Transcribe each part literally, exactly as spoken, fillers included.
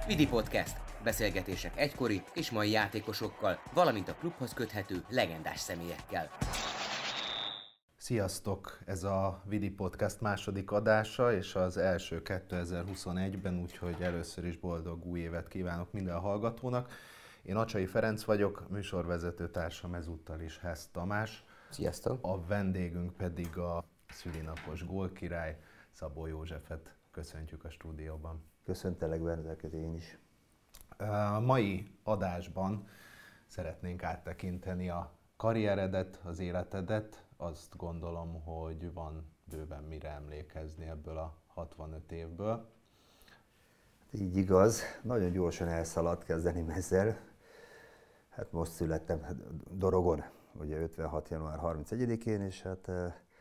Vidi Podcast. Beszélgetések egykori és mai játékosokkal, valamint a klubhoz köthető legendás személyekkel. Sziasztok! Ez a Vidi Podcast második adása, és az első kétezer-huszonegyben, úgyhogy először is boldog új évet kívánok minden hallgatónak. Én Acsai Ferenc vagyok, műsorvezető társam ezúttal is Hess Tamás. Sziasztok! A vendégünk pedig a szülinapos gólkirály, Szabó Józsefet köszöntjük a stúdióban. Köszöntelek benneteket én is. A mai adásban szeretnénk áttekinteni a karrieredet, az életedet. Azt gondolom, hogy van bőven mire emlékezni ebből a hatvanöt évből. Így igaz, nagyon gyorsan elszaladt kezdeni ezzel. Hát most születtem Dorogon, ugye ötvenhat január harmincegyedikén, és hát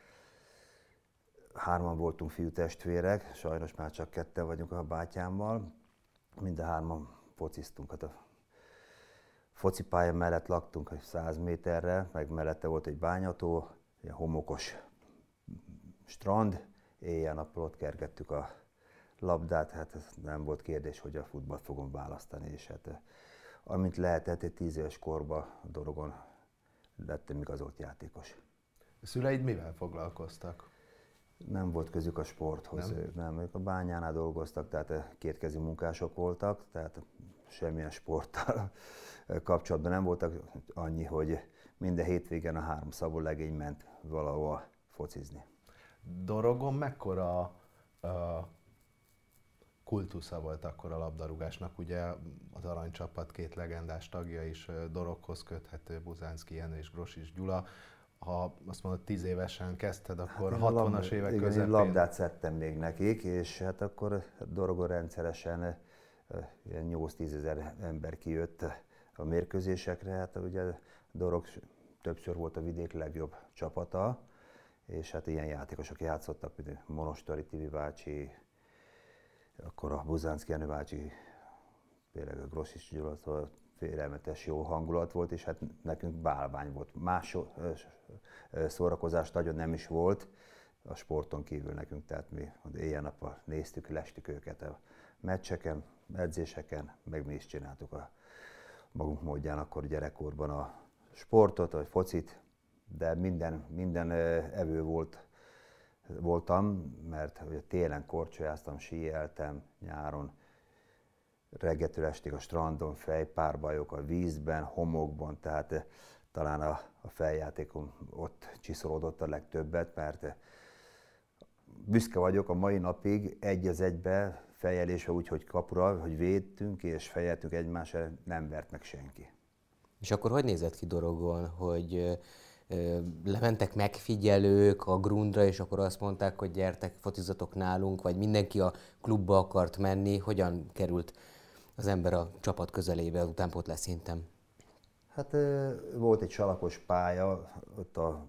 hárman voltunk fiú testvérek, sajnos már csak ketten vagyunk a bátyámmal. Mind a hárman fociztunk. Hát a focipálya mellett laktunk egy száz méterre, meg mellette volt egy bányató, ilyen homokos strand, éjjel-nappal ott kergettük a labdát, hát ez nem volt kérdés, hogy a futballt fogom választani, és hát amint lehetett, egy tíz éves korban Dorogon lettem igazolt játékos. A szüleid mivel foglalkoztak? Nem volt közük a sporthoz, nem, nem ők a bányánál dolgoztak, tehát kétkezi munkások voltak, tehát semmilyen sporttal kapcsolatban nem voltak, annyi, hogy minden hétvégen a három szabó legény ment valahova focizni. Dorogon mekkora uh, kultusza volt akkor a labdarúgásnak? Ugye az aranycsapat két legendás tagja is Doroghoz köthető, Buzánszky Jenő és Grosics Gyula. Ha azt mondod, tíz évesen kezdted, akkor hát hatvanas évek igen, közepén. Én labdát szedtem még nekik, és hát akkor Dorogon rendszeresen ilyen nyolc-tízezer ember kijött a mérkőzésekre. Hát ugye Dorog többször volt a vidék legjobb csapata, és hát ilyen játékosok játszottak, mint Monostori Tibi bácsi, akkor a Buzánszky Jenő bácsi, például a Grosics Gyula, szóval félelmetes jó hangulat volt, és hát nekünk bálvány volt. Más szórakozás nagyon nem is volt a sporton kívül nekünk, tehát mi éjjel-nappal néztük, lestük őket a meccseken, edzéseken, meg mi is csináltuk a magunk módján akkor gyerekkorban a sportot, vagy focit, de minden, minden evő volt, voltam, mert ugye télen korcsolyáztam, síeltem, nyáron reggeltől estig a strandon, fejpárbajok a vízben, homokban, tehát talán a, a feljátékom ott csiszolódott a legtöbbet, mert büszke vagyok a mai napig egy az egybe fejelésve úgy, hogy kapura, hogy védtünk és fejeltünk egymásra, nem vert meg senki. És akkor hogy nézett ki Dorogon, hogy ö, lementek megfigyelők a grundra, és akkor azt mondták, hogy gyertek, focizatok nálunk, vagy mindenki a klubba akart menni, hogyan került az ember a csapat közelébe az utánpótlás szinten? Hát volt egy salakos pálya, ott a,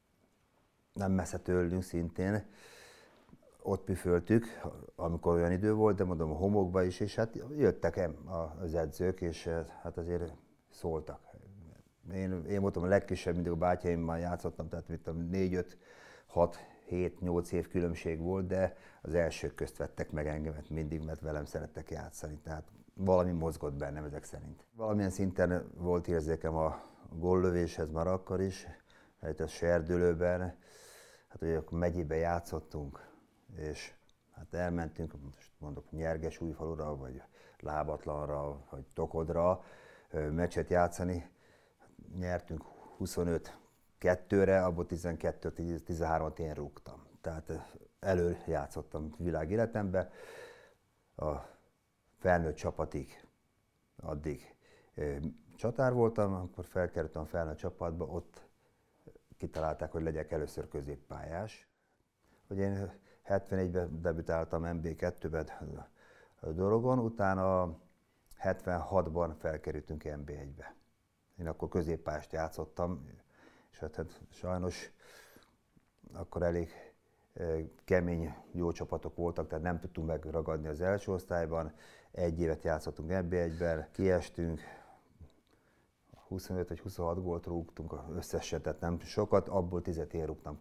nem messze tőlünk szintén, ott püföltük, amikor olyan idő volt, de mondom a homokba is, és hát jöttek az edzők, és hát azért szóltak. Én, én voltam a legkisebb, mindig a bátyáimmal játszottam, tehát mit tudom, négy, öt, hat, hét, nyolc év különbség volt, de az elsők közt vettek meg engemet mindig, mert velem szerettek játszani, tehát valami mozgott bennem ezek szerint. Valamilyen szinten volt érzékem a góllövéshez már akkor is, hát a Serdülőben, hát ugye akkor megyébe játszottunk, és hát elmentünk, most mondok Nyergesújfalura, vagy Lábatlanra, vagy Tokodra meccset játszani. Nyertünk huszonöt kettőre, abból tizenkettő tizenhármat én rúgtam. Tehát elől játszottam világéletemben. A felnőtt csapatig addig csatár voltam, akkor felkerültem a felnőtt csapatba, ott kitalálták, hogy legyek először középpályás. Hogy én hetvenegyben debütáltam em bé kettőben Dorogon, utána hetvenhatban felkerültünk em bé egybe. Én akkor középpályást játszottam, és hát, hát sajnos akkor elég kemény, jó csapatok voltak, tehát nem tudtunk megragadni az első osztályban. Egy évet játszottunk em bé egyben, kiestünk, huszonöt vagy huszonhat gólt rúgtunk összesen, tehát nem sokat, abból tízet én rúgtam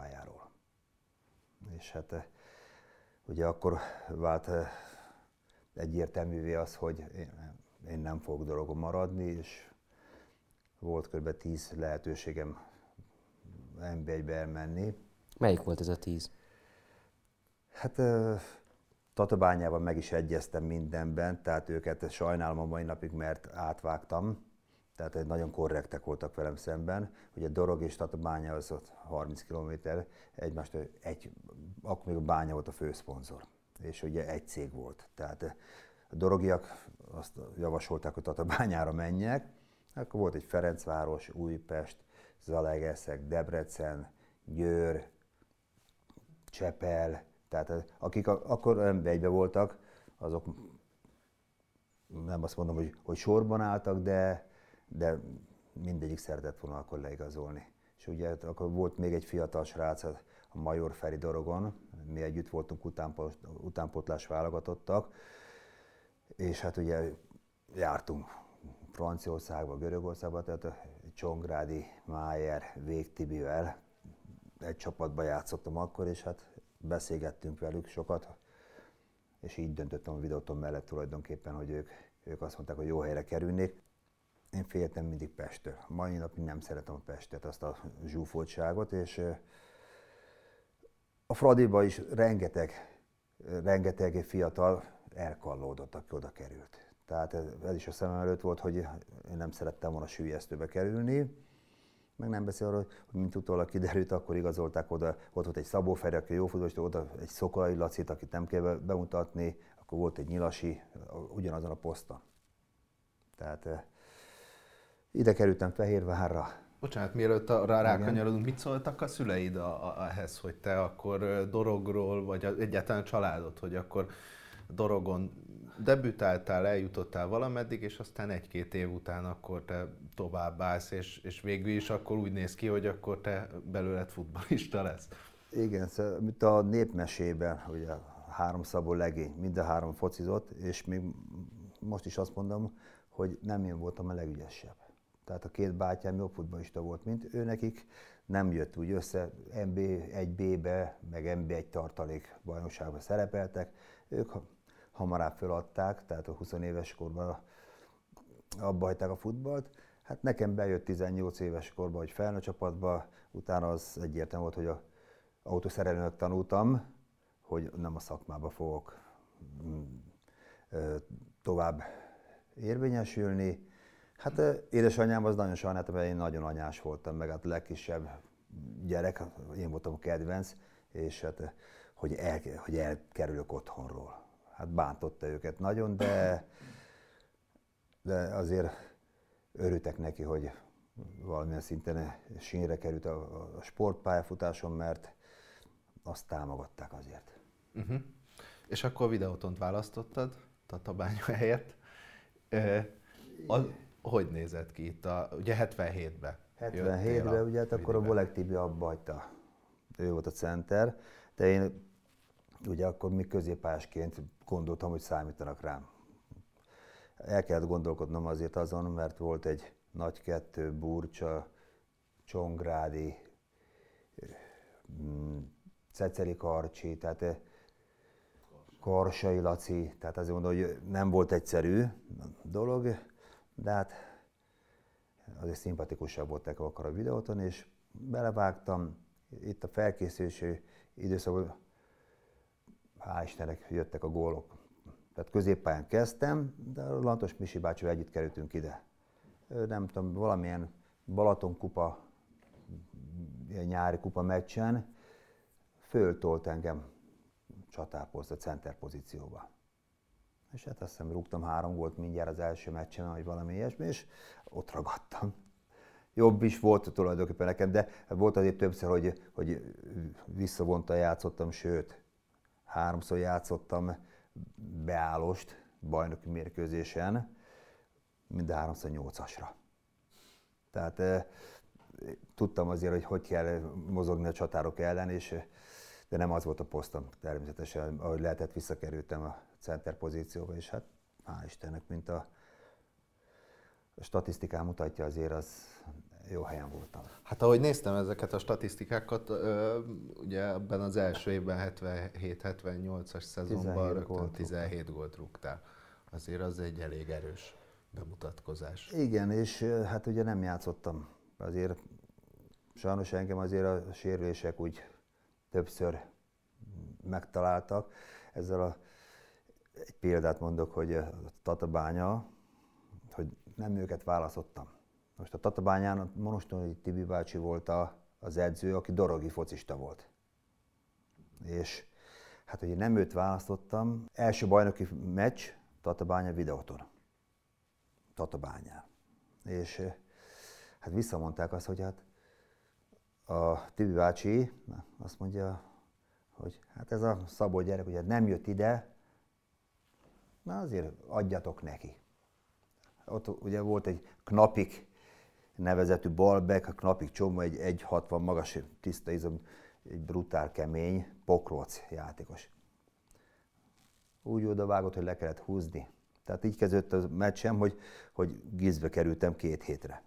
középpályáról. És hát ugye akkor vált egyértelművé az, hogy én, én nem fogok dorogon maradni, és volt kb. tíz lehetőségem en bé egybe elmenni. Melyik volt ez a tíz? Hát Tatabányában meg is egyeztem mindenben, tehát őket sajnálom a mai napig, mert átvágtam. Tehát nagyon korrektek voltak velem szemben. Ugye Dorog és Tatabánya az ott harminc kilométer egymást, egy, akkor még a Bánya volt a főszponzor, és ugye egy cég volt. Tehát a dorogiak azt javasolták, hogy Tatabányára menjek. Akkor volt egy Ferencváros, Újpest, Zalaegerszeg, Debrecen, Győr, Csepel, tehát akik akkor en bé egyben voltak, azok nem azt mondom, hogy, hogy sorban álltak, de, de mindegyik szeretett volna akkor leigazolni. És ugye akkor volt még egy fiatal srác, a Major Feri Dorogon, mi együtt voltunk utánpótlás válogatottak, és hát ugye jártunk Franciaországba, Görögországba, tehát a Csongrádi, Májer, Vég Tibivel egy csapatban játszottam akkor, és hát beszélgettünk velük sokat, és így döntöttem a videóton mellett tulajdonképpen, hogy ők, ők azt mondták, hogy jó helyre kerülnék. Én féltem mindig Pesttől. Mai napig nem szeretem a Pestet, azt a zsúfoltságot, és a Fradiba is rengeteg, rengeteg fiatal elkallódott, aki oda került. Tehát ez is a szemem előtt volt, hogy én nem szerettem volna süllyesztőbe kerülni, meg nem beszél arról, hogy mint utólag kiderült, akkor igazolták oda, ott volt egy Szabó Feri, aki jó futballista, oda egy Szokolai Lacit, akit nem kell bemutatni, akkor volt egy Nyilasi, ugyanazon a poszton. Tehát eh, ide kerültem Fehérvárra. Bocsánat, mielőtt arra rákanyarodunk, mit szóltak a szüleid a, a, ehhez, hogy te akkor Dorogról, vagy egyáltalán a családod, hogy akkor Dorogon debütáltál, eljutottál valameddig, és aztán egy-két év után akkor te továbbállsz, és, és végül is akkor úgy néz ki, hogy akkor te belőled futballista lesz. Igen, szóval, mint a népmesében, ugye három Szabó legény, mind a három focizott, és még most is azt mondom, hogy nem én voltam a legügyesebb. Tehát a két bátyám jobb futballista volt, mint ő, nekik nem jött úgy össze, en bé egy bé-be, meg en bé egy tartalék bajnokságban szerepeltek, ők hamarabb feladták, tehát a húsz éves korban abba hagyták a futballt. Hát nekem bejött tizennyolc éves korban, hogy felnőtt csapatba, utána az egyértelmű volt, hogy a autószerelőnek tanultam, hogy nem a szakmába fogok tovább érvényesülni. Hát édesanyám az nagyon sajnálta, mert én nagyon anyás voltam, meg hát a legkisebb gyerek, én voltam a kedvenc, és hát hogy, el, hogy elkerülök otthonról. Hát bántotta őket nagyon, de, de azért örültek neki, hogy valamilyen szinten sínre került a, a sportpályafutáson, mert azt támogatták azért. Uh-huh. És akkor a Videótont választottad Tatabánya helyett. E, az, hogy nézett ki itt? A, ugye hetvenhétben hetvenhétben, ugye hát akkor a Bolek Tibi abba hagyta. Ő volt a center, de én ugye akkor még középpályásként gondoltam, hogy számítanak rám. El kellett gondolkodnom azért azon, mert volt egy Nagy Kettő, Burcsa, Csongrádi, Ceceri Karcsi, tehát Karsai Laci, tehát azért mondom, hogy nem volt egyszerű dolog, de hát azért szimpatikusabb volt nekem akkor a Videóton, és belevágtam. Itt a felkészülési időszakban hál' Istennek jöttek a gólok. Tehát középpályán kezdtem, de a Lantos Misi bácsival együtt kerültünk ide. Nem tudom, valamilyen Balatonkupa, ilyen nyári kupa meccsen föltolt engem csatápolsz a center pozícióba. És hát azt hiszem rúgtam három gólt mindjárt az első meccsen, vagy valami ilyesmi, és ott ragadtam. Jobb is volt tulajdonképpen nekem, de volt azért többször, hogy, hogy visszavonta játszottam, sőt, háromszor játszottam beállost bajnoki mérkőzésen, mind a háromszor nyolcasra. Tehát e, tudtam azért, hogy hogy kell mozogni a csatárok ellen, és, de nem az volt a posztom természetesen, ahogy lehetett, visszakerültem a center pozícióba, és hát hál' Istennek, mint a, a statisztikám mutatja, azért az jó helyen voltam. Hát ahogy néztem ezeket a statisztikákat, ugye ebben az első évben hetvenhét hetvennyolcas szezonban rögtön tizenhét gólt rúgtál. Azért az egy elég erős bemutatkozás. Igen, és hát ugye nem játszottam. Azért sajnos engem azért a sérülések úgy többször megtaláltak. Ezzel a, egy példát mondok, hogy a Tatabánya, hogy nem őket választottam. Most a Tatabányán a Monostori Tibi bácsi volt a, az edző, aki dorogi focista volt. És hát ugye nem őt választottam. Első bajnoki meccs Tatabánya Videóton. Tatabányán. És hát visszamondták azt, hogy hát a Tibi bácsi azt mondja, hogy hát ez a Szabó gyerek ugye nem jött ide, na azért adjatok neki. Ott ugye volt egy Knapik nevezetű balback, a Knapik csomó, egy egy hatvan magas, tiszta izom, egy brutál kemény, Pokróc játékos. Úgy odavágott, hogy le kellett húzni. Tehát így kezdődött a meccsem, hogy, hogy gizbe kerültem két hétre.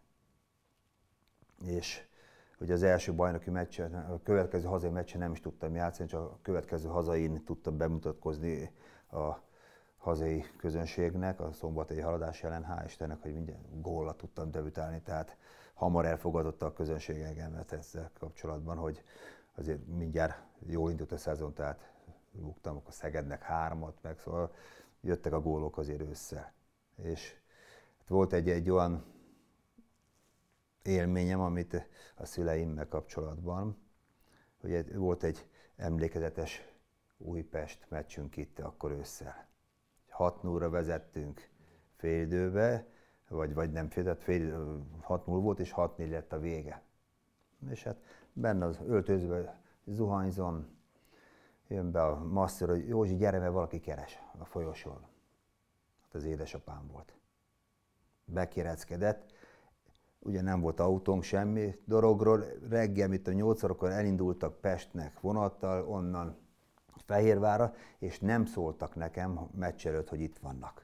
És ugye az első bajnoki meccsen, a következő hazai meccsen nem is tudtam játszani, csak a következő hazain tudtam bemutatkozni a hazai közönségnek, a szombatai Haladás ellen, hál' Istennek, hogy mindjárt góllal tudtam debütálni, tehát hamar elfogadotta a közönség engemet ezzel kapcsolatban, hogy azért mindjárt jól indult a szezon, tehát rúgtam akkor Szegednek hármat, meg szóval jöttek a gólok azért össze. És volt egy, egy olyan élményem, amit a szüleimmel kapcsolatban, hogy volt egy emlékezetes Újpest meccsünk itt akkor ősszel. hat nullra vezettünk félidőbe, vagy, vagy nem fél, tehát fél, hat null volt, és hat négy lett a vége. És hát benne az öltözőben zuhanyzom, jön be a masször, hogy Józsi, gyere, mert valaki keres a folyosón. Hát az édesapám volt. Bekéreckedett, ugye nem volt autónk, semmi dologról. Reggel, mint a nyolc órakor elindultak Pestnek vonattal, onnan Fehérvárra, és nem szóltak nekem meccs előtt, hogy itt vannak.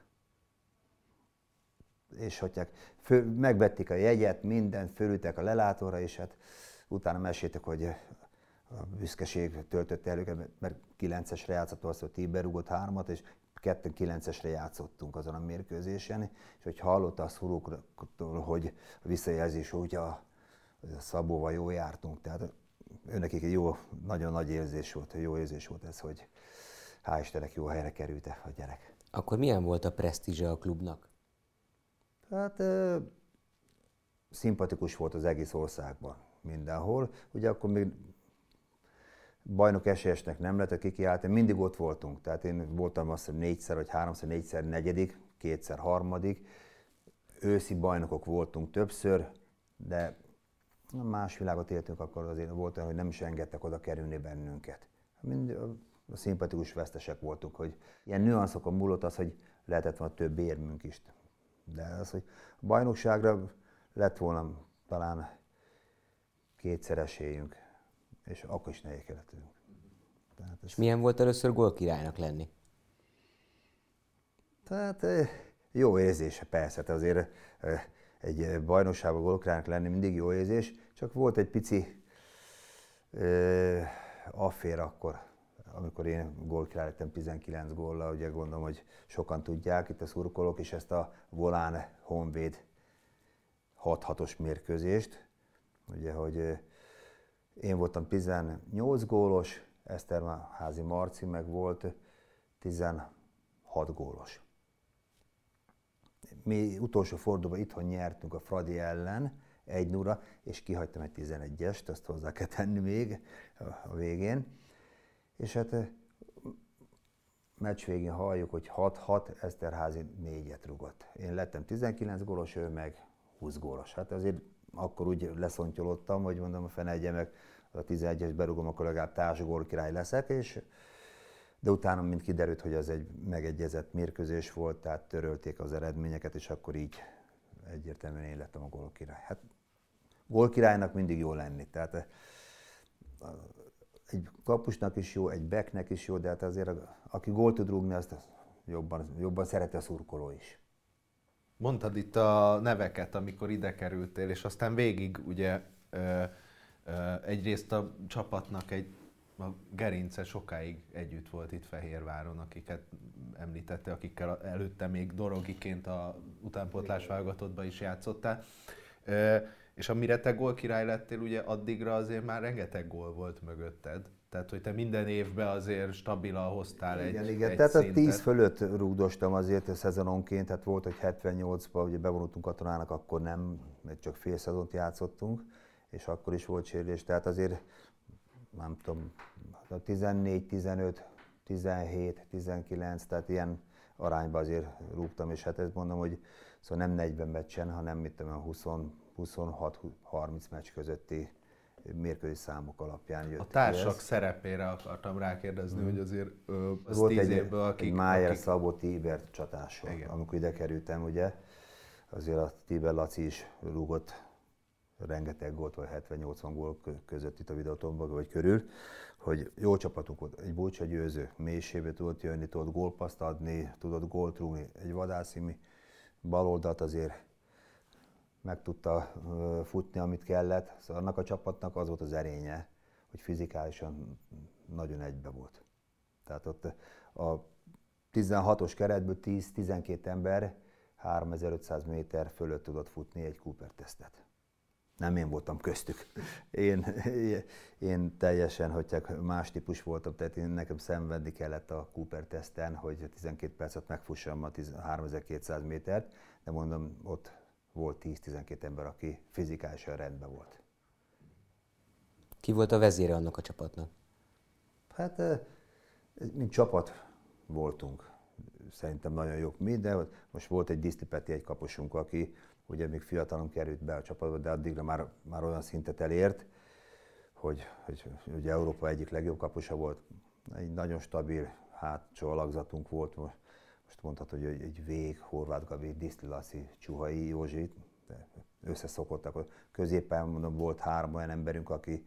És hogy föl, megvették a jegyet, mindent, fölültek a lelátóra, és hát utána meséltek, hogy a büszkeség töltötte el őket, mert kilencesre játszott, azt, hogy Tiber rúgott hármat, és ketten kilencesre játszottunk azon a mérkőzésen, és hogy hallotta a szurúktól, hogy a visszajelzés úgy, a, a Szabóval jól jártunk, tehát őnekik egy jó, nagyon nagy érzés volt, jó érzés volt ez, hogy hál' Istennek jó helyre került a gyerek. Akkor milyen volt a presztízse a klubnak? Hát ö, szimpatikus volt az egész országban, mindenhol. Ugye akkor még bajnok esélyesnek nem lehetett kikiáltani, mindig ott voltunk. Tehát én voltam azt hiszem négyszer, vagy háromszor, négyszer negyedik, kétszer harmadik. Őszi bajnokok voltunk többször, de más világot éltünk, akkor azért volt olyan, hogy nem is engedtek oda kerülni bennünket. Mind a szimpatikus vesztesek voltunk, hogy ilyen nüanszokon múlott az, hogy lehetett volna több érmünk is. De az, hogy a bajnokságra lett volna talán kétszer esélyünk, és akkor is nehéz lettünk. Tehát És milyen volt először gólkirálynak lenni? Tehát jó érzése persze, tehát azért egy bajnokságban gólkirálynak lenni mindig jó érzés, csak volt egy pici uh, affér akkor, amikor én gólkirály lettem tizenkilenc góllal, ugye gondolom, hogy sokan tudják itt a szurkolók, és ezt a Volán Honvéd hat hatos mérkőzést, ugye, hogy én voltam tizennyolc gólos, Eszterházy Marci meg volt tizenhat gólos. Mi utolsó fordulóban itthon nyertünk a Fradi ellen egy nulla, és kihagytam egy tizenegyest, azt hozzá kell tenni még a végén. És hát meccs végén halljuk, hogy hat hat, Eszterházy négyet rugott. Én lettem tizenkilenc gólos, ő meg húsz gólos. Hát azért akkor úgy leszontyolottam, hogy mondom, a fene egye meg a tizenegyes berugom, akkor legalább társ gólkirály leszek, és de utána mind kiderült, hogy az egy megegyezett mérkőzés volt, tehát törölték az eredményeket, és akkor így egyértelműen én lettem a gólkirály. Hát gólkirálynak mindig jó lenni, tehát egy kapusnak is jó, egy backnek is jó, de hát azért aki gólt tud rúgni, azt jobban, jobban szereti a szurkoló is. Mondtad itt a neveket, amikor ide kerültél, és aztán végig ugye ö, ö, egyrészt a csapatnak egy a gerince sokáig együtt volt itt Fehérváron, akiket említette, akikkel előtte még dorogiként a utánpótlás válogatottban is játszottál. Ö, és amire te gólkirály lettél, ugye addigra azért már rengeteg gól volt mögötted. Tehát, hogy te minden évben azért stabilan hoztál egy, igen, igen. egy Tehát a szintet. tíz fölött rúgdostam azért a szezononként, tehát volt, hogy hetvennyolcban ugye bevonultunk katonának, akkor nem, mert csak fél szezont játszottunk, és akkor is volt sérülés, tehát azért nem tudom, tizennégy, tizenöt, tizenhét, tizenkilenc, tehát ilyen arányban azért rúgtam, és hát ezt mondom, hogy szóval nem negyven meccsen, hanem mit tudom, húsz, huszonhat harminc meccs közötti mérkőzés számok alapján jött. A társak ez. Szerepére akartam rákérdezni, hmm. hogy azért ö, az volt tíz egy, évből, akik... egy Májer, akik... Szabó, Tíber csatásról, amikor ide kerültem, ugye, azért a Tíber Laci is rúgott rengeteg gólt, vagy hetven-nyolcvan gól között itt a Videótonban, vagy körül, hogy jó csapatunk volt, egy Bulcsa győző, mélységbe tudott jönni, tudott gólpaszt adni, tudott gólt rúgni, egy Vadászimi baloldalt azért meg tudta uh, futni, amit kellett. Szóval annak a csapatnak az volt az erénye, hogy fizikálisan nagyon egybe volt. Tehát ott a tizenhatos keretből tíz-tizenkét ember háromezer-ötszáz méter fölött tudott futni egy Cooper-tesztet. Nem én voltam köztük. Én, én teljesen, hogy más típus voltam, tehát én nekem szenvedni kellett a Cooper-teszten, hogy tizenkét percet megfussam a háromezer-kétszáz métert, de mondom, ott volt tíz-tizenkét ember, aki fizikálisan rendben volt. Ki volt a vezére annak a csapatnak? Hát, mint csapat voltunk. Szerintem nagyon jók mi, de most volt egy Diszti Peti, egy kapusunk, aki ugye még fiatalon került be a csapatba, de addigra már, már olyan szintet elért, hogy, hogy ugye Európa egyik legjobb kapusa volt. Egy nagyon stabil hátsó alakzatunk volt. Most mondhatod, hogy egy Vég, Horváth Gabi, Diszli Laci, Csuhai Józsi, összeszokottak. Középen mondom, volt három olyan emberünk, aki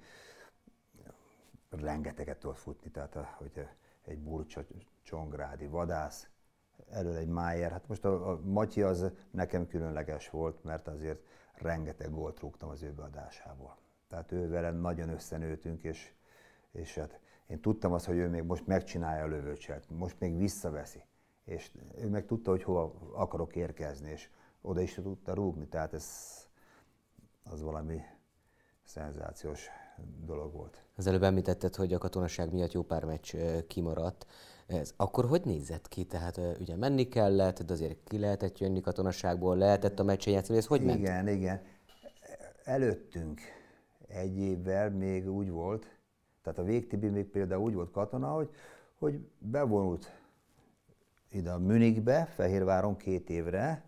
rengeteget tudott futni, tehát hogy egy Burcsa, Csongrádi, Vadász, elől egy Májer. Hát most a, a Matyi az nekem különleges volt, mert azért rengeteg gólt rúgtam az ő beadásából. Tehát ő vele nagyon összenőttünk, és, és hát én tudtam azt, hogy ő még most megcsinálja a lövőcselt, most még visszaveszi. És ő meg tudta, hogy hova akarok érkezni, és oda is tudta rúgni, tehát ez az valami szenzációs dolog volt. Az előbb említetted, hogy a katonaság miatt jó pár meccs kimaradt. Ez akkor hogy nézett ki? Tehát ugye menni kellett, de azért ki lehetett jönni katonaságból, lehetett a meccsen játszani, ez hogy igen, ment? Igen, igen. Előttünk egy évvel még úgy volt, tehát a Végtibi még például úgy volt katona, hogy, hogy bevonult ide a Münichbe, Fehérváron két évre,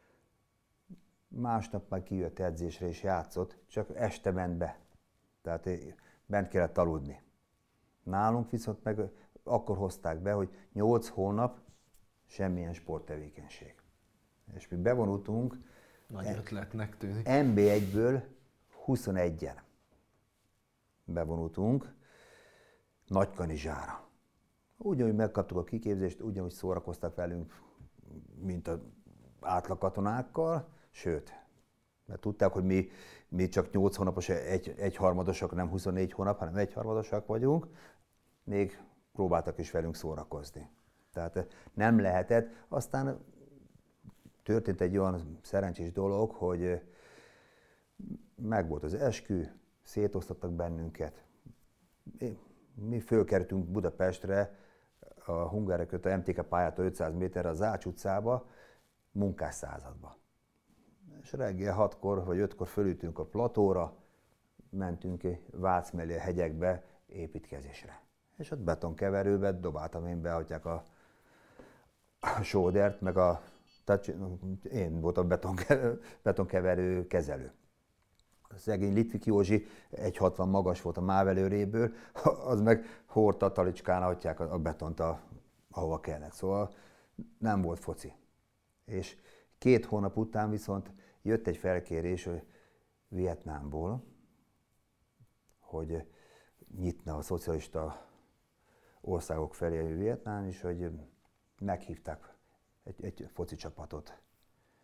másnap már kijött edzésre és játszott, csak este ment be. Tehát bent kellett aludni. Nálunk viszont meg akkor hozták be, hogy nyolc hónap semmilyen sporttevékenység. És mi bevonultunk Nagy ötletnek tűnik. en bé egyből huszonegyen bevonultunk Nagykanizsára. Ugyanúgy megkaptuk a kiképzést, ugyanúgy szórakoztak velünk, mint az átlag katonákkal, sőt, mert tudták, hogy mi, mi csak nyolc hónapos, egy, egyharmadosak, nem huszonnégy hónap, hanem egyharmadosak vagyunk, még próbáltak is velünk szórakozni. Tehát nem lehetett. Aztán történt egy olyan szerencsés dolog, hogy megvolt az eskü, szétosztottak bennünket. Mi fölkerültünk Budapestre, a Hungária köt a em té ká pályától ötszáz méterre a Zács utcába, munkásszázadba. És reggel hatkor vagy ötkor fölültünk a platóra, mentünk Vác mellé a hegyekbe építkezésre. És ott betonkeverőbe dobáltam én be, hagyják a, a sódert, meg a, tehát én voltam betonkeverő, betonkeverő kezelő. A szegény Litvik Józsi egy hatvan magas volt a mávelőréből, az meg hordta a talicskán, hagyják a betont, a, ahova kellett. Szóval nem volt foci. És két hónap után viszont jött egy felkérés hogy Vietnámból, hogy nyitna a szocialista országok felé Vietnám, és hogy meghívták egy, egy foci csapatot.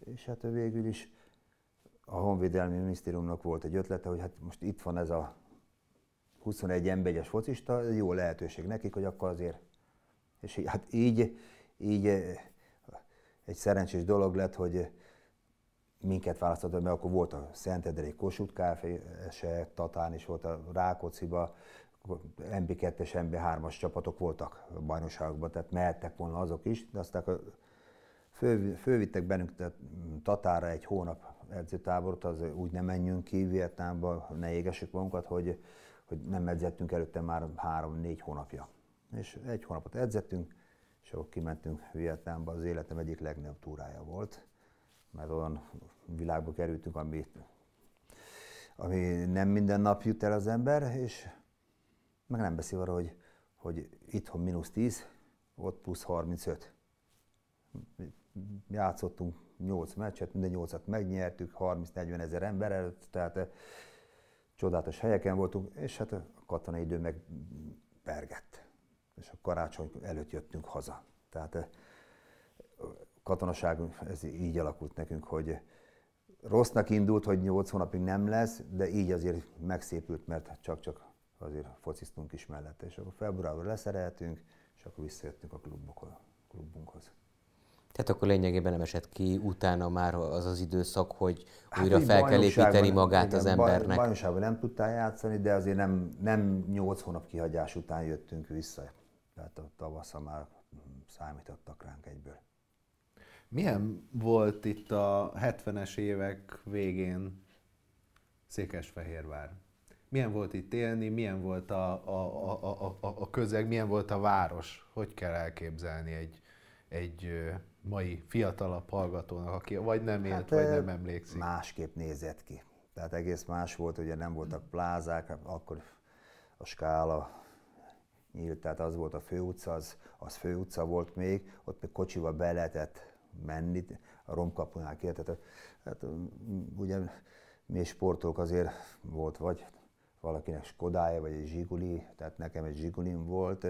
És hát végül is a Honvédelmi Minisztériumnak volt egy ötlete, hogy hát most itt van ez a huszonegy en bé egyes focista, jó lehetőség nekik, hogy akkor azért, és hát így, így egy szerencsés dolog lett, hogy minket választottak, mert akkor volt a Szentendrei Kossuth Kft. Tatán is volt a Rákócziba, en bé kettes, en bé hármas csapatok voltak a bajnokságokban, tehát mehettek volna azok is, de aztán fő, fővittek bennünk tehát Tatára egy hónap edzőtáborot, az úgy nem menjünk ki Vietnámba, ne égessük magunkat, hogy, hogy nem edzettünk előtte már három-négy hónapja. És egy hónapot edzettünk, és akkor kimentünk Vietnámba, az életem egyik legnagyobb túrája volt, mert olyan világba kerültünk, ami, ami nem minden nap jut el az ember, és meg nem beszél arra, hogy, hogy itthon mínusz tíz, ott plusz harmincöt. Játszottunk nyolc meccset, minden nyolcat megnyertük, harminc-negyven ezer ember előtt, tehát eh, csodálatos helyeken voltunk, és hát a katonai idő meg pergett. És a karácsony előtt jöttünk haza. Tehát eh, katonaság, ez így alakult nekünk, hogy rossznak indult, hogy nyolc hónapig nem lesz, de így azért megszépült, mert csak-csak azért fociztunk is mellette. És akkor februárban leszereltünk, és akkor visszajöttünk a klubokhoz, klubunkhoz. Tehát akkor lényegében nem esett ki utána már az az időszak, hogy Hát újra fel kell építeni magát igen, az embernek. Bajnokságban nem tudtál játszani, de azért nem, nem nyolc hónap kihagyás után jöttünk vissza. Tehát a tavasszal már számítottak ránk egyből. Milyen volt itt a hetvenes évek végén Székesfehérvár? Milyen volt itt élni, milyen volt a, a, a, a, a közeg, milyen volt a város? Hogy kell elképzelni egy, egy mai fiatalabb hallgatónak, aki vagy nem élt, hát, vagy nem emlékszik? Másképp nézett ki. Tehát egész más volt, ugye nem voltak plázák, akkor a Skála nyílt, tehát az volt a főutca, az, az főutca volt még, ott még kocsival be lehetett menni, a Romkapunál ki. Tehát, hát, ugye mi sportolók azért volt, vagy valakinek Skodája, vagy egy Zsiguli, tehát nekem egy Zsigulim volt.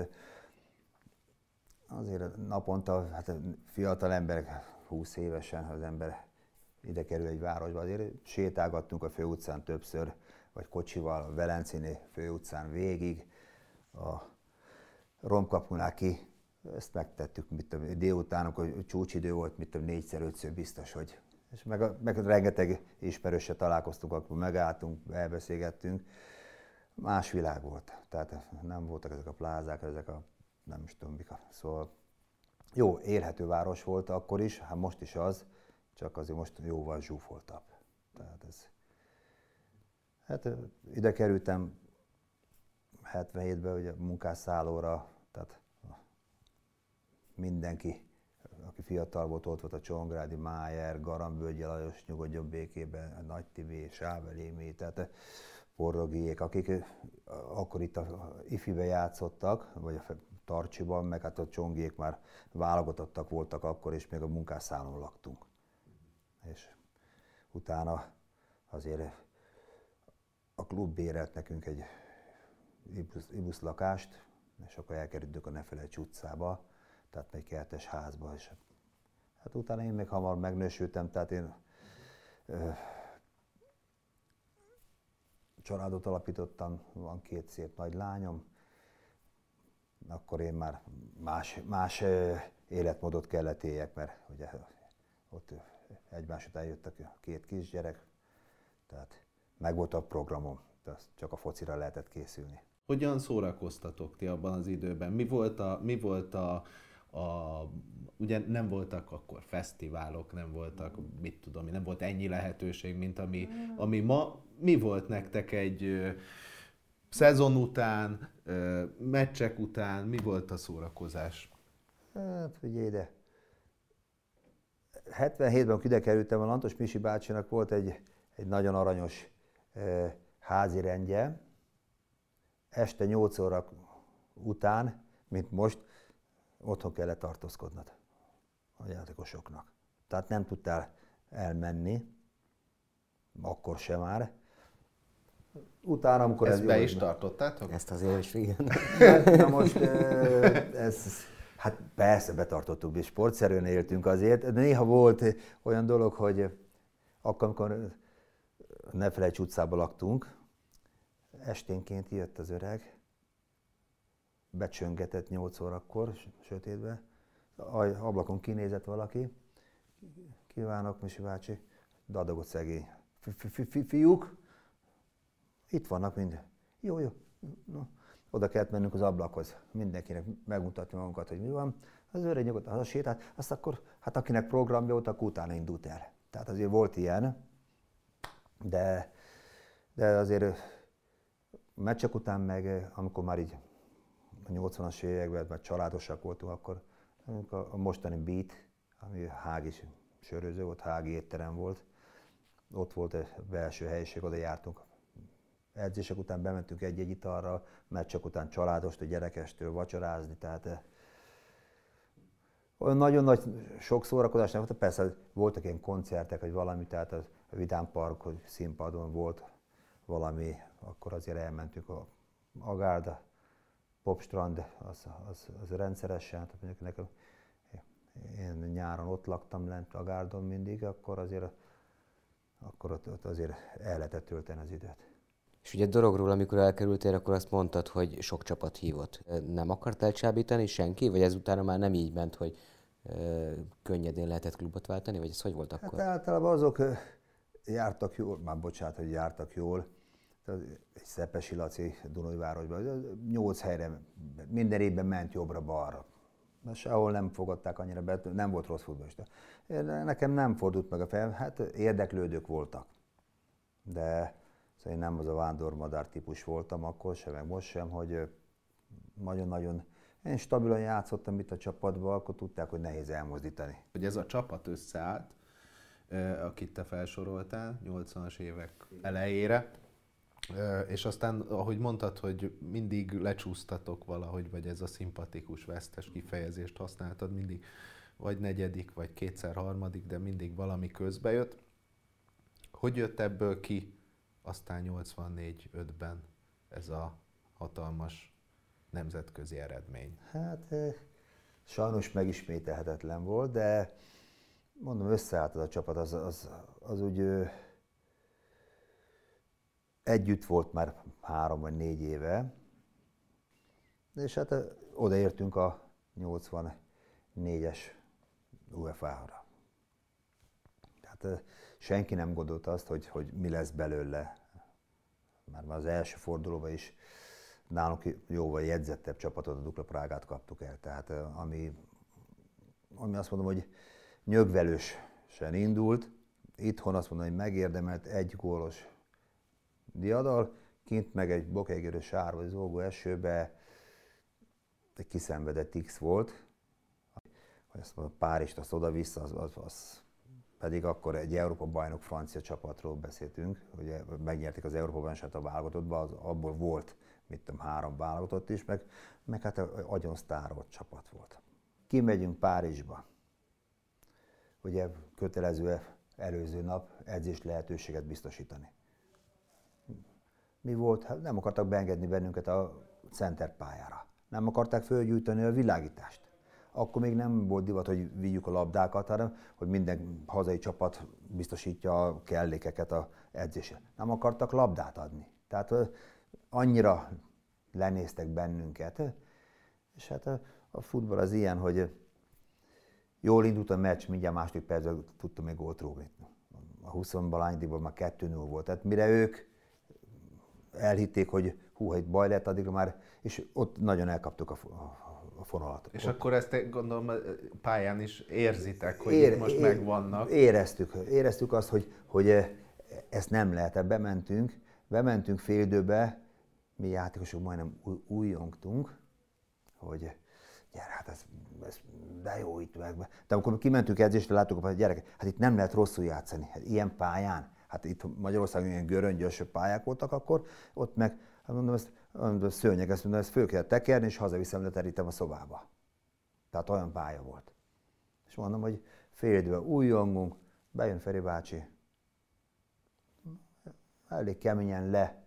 Azért naponta, hát fiatal emberek, húsz évesen az ember ide kerül egy városba, azért sétálgattunk a főutcán többször, vagy kocsival a Velencéni főutcán végig, a Romkapunál ki. Ezt megtettük, mit tudom, délután, amikor csúcsidő volt, mit tudom, négyszer, ötször biztos, hogy. És meg, a, meg rengeteg ismerőssel találkoztunk, akkor megálltunk, elbeszélgettünk. Más világ volt, tehát nem voltak ezek a plázák, ezek a nem is tudom mik. Szóval jó, élhető város volt akkor is, hát most is az, csak azért most jóval zsúfoltabb. Tehát ez. Hát ide kerültem hetvenhétben ugye munkásszállóra, tehát mindenki, aki fiatal volt, ott volt a Csongrádi Májer, Garambölgyi Lajos, nyugodjon békében, Nagy Tibi, Sável Émi, tehát Porrogiék, akik akkor itt a ifibe játszottak, vagy a Tarcsiban, meg hát a Csongiék már válogatottak voltak akkor, és még a munkásszállón laktunk. És utána azért a klub bérelt nekünk egy ibusz lakást, és akkor elkerültünk a Nefelejts utcába, tehát egy kertes házba. És hát utána én még hamar megnősültem, tehát én ö, családot alapítottam, van két szép nagy lányom, akkor én már más, más életmódot kellett éljek, mert ugye ott egymás után jöttek a két kisgyerek, tehát megvolt a programom, csak a focira lehetett készülni. Hogyan szórakoztatok ti abban az időben? Mi volt a, mi volt a, a ugye nem voltak akkor fesztiválok, nem voltak, mit tudom, nem volt ennyi lehetőség, mint ami, ami ma. Mi volt nektek egy ö, szezon után, ö, meccsek után, mi volt a szórakozás? Hát figyelj ide, hetvenhétben, amikor ide kerültem, a Lantos Misi bácsinak volt egy, egy nagyon aranyos ö, házi rendje. Este nyolc óra után, mint most, otthon kellett tartózkodnod a játékosoknak. Tehát nem tudtál elmenni, akkor sem már. Utána, amikor Ezt ez be jó, is tartottátok? Ezt azért is igen. Na most ez, Hát persze betartottuk, és sportszerűen éltünk azért. De néha volt olyan dolog, hogy akkor, amikor Nefelejts utcában laktunk, esténként jött az öreg, becsöngetett nyolc órakor, sötétbe, ablakon kinézett valaki, kívánok, Misi bácsi, dadogott szegény. Fiúk, itt vannak mind. Jó, jó. No. Oda kellett mennünk az ablakhoz, mindenkinek megmutatni magunkat, hogy mi van. Az öreg nyugodtan hazasétált, azt akkor, hát akinek programja volt, akkor utána indult el. Tehát azért volt ilyen, de, de azért meccsek után meg, amikor már így a nyolcvanas években, mert családosak voltunk, akkor a mostani Beat, ami hági söröző volt, hági étterem volt, ott volt egy belső helyiség, oda jártunk. Edzések után bementünk egy-egy italra, meccsek után családostól, gyerekestől vacsorázni, tehát olyan nagyon nagy, sok szórakozás nem volt, persze voltak ilyen koncertek, vagy valami, tehát a Vidám Park, hogy színpadon volt valami, akkor azért elmentünk a Agárda, Popstrand, az, az, az rendszeresen, tehát mondjuk nekem, én nyáron ott laktam lent Agárdon mindig, akkor azért, akkor ott, ott azért el lehetett tölteni az időt. És ugye Dorogról, amikor elkerültél, akkor azt mondtad, hogy sok csapat hívott. Nem akartál csábítani senki, vagy ezután már nem így ment, hogy ö, könnyedén lehetett klubot váltani, vagy ez hogy volt akkor? Hát általában azok jártak jól, már bocsánat, hogy jártak jól. Egy Szepesi Laci Dunajvárosban, nyolc helyre, minden évben ment jobbra-balra. Sehol nem fogadták annyira be, nem volt rossz futballista. Nekem nem fordult meg a fejem, hát érdeklődők voltak. De szóval én nem az a vándormadár típus voltam akkor sem, meg most sem, hogy nagyon-nagyon, én stabilan játszottam itt a csapatban, akkor tudták, hogy nehéz elmozdítani. Hogy ez a csapat összeállt, akit te felsoroltál, nyolcvanas évek elejére, és aztán, ahogy mondtad, hogy mindig lecsúsztatok valahogy, vagy ez a szimpatikus, vesztes kifejezést használtad, mindig vagy negyedik, vagy kétszer harmadik, de mindig valami közbe jött. Hogy jött ebből ki aztán nyolcvannégy ötben ez a hatalmas nemzetközi eredmény? Hát sajnos megismételhetetlen volt, de mondom, összeállt az a csapat, az, az, az úgy ö, együtt volt már három vagy négy éve, és hát odaértünk a nyolcvannégyes u e fá ra. Tehát senki nem gondolta azt, hogy, hogy mi lesz belőle. Már az első fordulóban is nálunk jóval jegyzettebb csapatot, a Dukla Prágát kaptuk el. Tehát ami, ami azt mondom, hogy nyögvelősen indult, itthon azt mondom, hogy megérdemelt egy gólos diadal, kint meg egy bokegerő sár vagy zolgó esőbe egy kiszenvedett X volt. Hogy azt mondom, Párizst azt oda-vissza, az, az, az pedig akkor egy Európa-bajnok francia csapatról beszéltünk, ugye megnyerték az Európa-bajnokságot a válogatottban, az, abból volt, mit tudom, három válogatott is, meg, meg hát agyon sztárolt csapat volt. Kimegyünk Párizsba, ugye kötelező előző nap edzés lehetőséget biztosítani. Mi volt? Hát nem akartak beengedni bennünket a center pályára. Nem akarták fölgyújtani a világítást. Akkor még nem volt divat, hogy vigyük a labdákat, hanem hogy minden hazai csapat biztosítja a kellékeket az edzésre. Nem akartak labdát adni. Tehát annyira lenéztek bennünket. És hát a futball az ilyen, hogy jól indult a meccs, mindjárt második percben tudtam még gólt rúgni. A húsz-valahányadikból már kettő null volt. Tehát mire ők elhitték, hogy hú, ha itt baj lett, addigra már, és ott nagyon elkaptuk a, a, a fonalat. És ott. akkor ezt gondolom pályán is érzitek, hogy Ér, itt most ér, megvannak. Éreztük, éreztük azt, hogy, hogy ezt nem lehet, bementünk, bementünk fél időbe, mi játékosok majdnem újjongtunk, hogy gyere, hát ez, ez de jó itt meg. De amikor kimentünk edzésre, láttuk, hogy gyerekek, hát itt nem lehet rosszul játszani, hát ilyen pályán. Hát itt Magyarországon ilyen göröngyös pályák voltak akkor, ott meg, hát mondom, ezt, mondom, szőnyeg, ezt mondom, ezt föl kell tekerni, és hazaviszem, leterítem a szobába. Tehát olyan pálya volt. És mondom, hogy fél időben újjongunk, bejön Feri bácsi, elég keményen le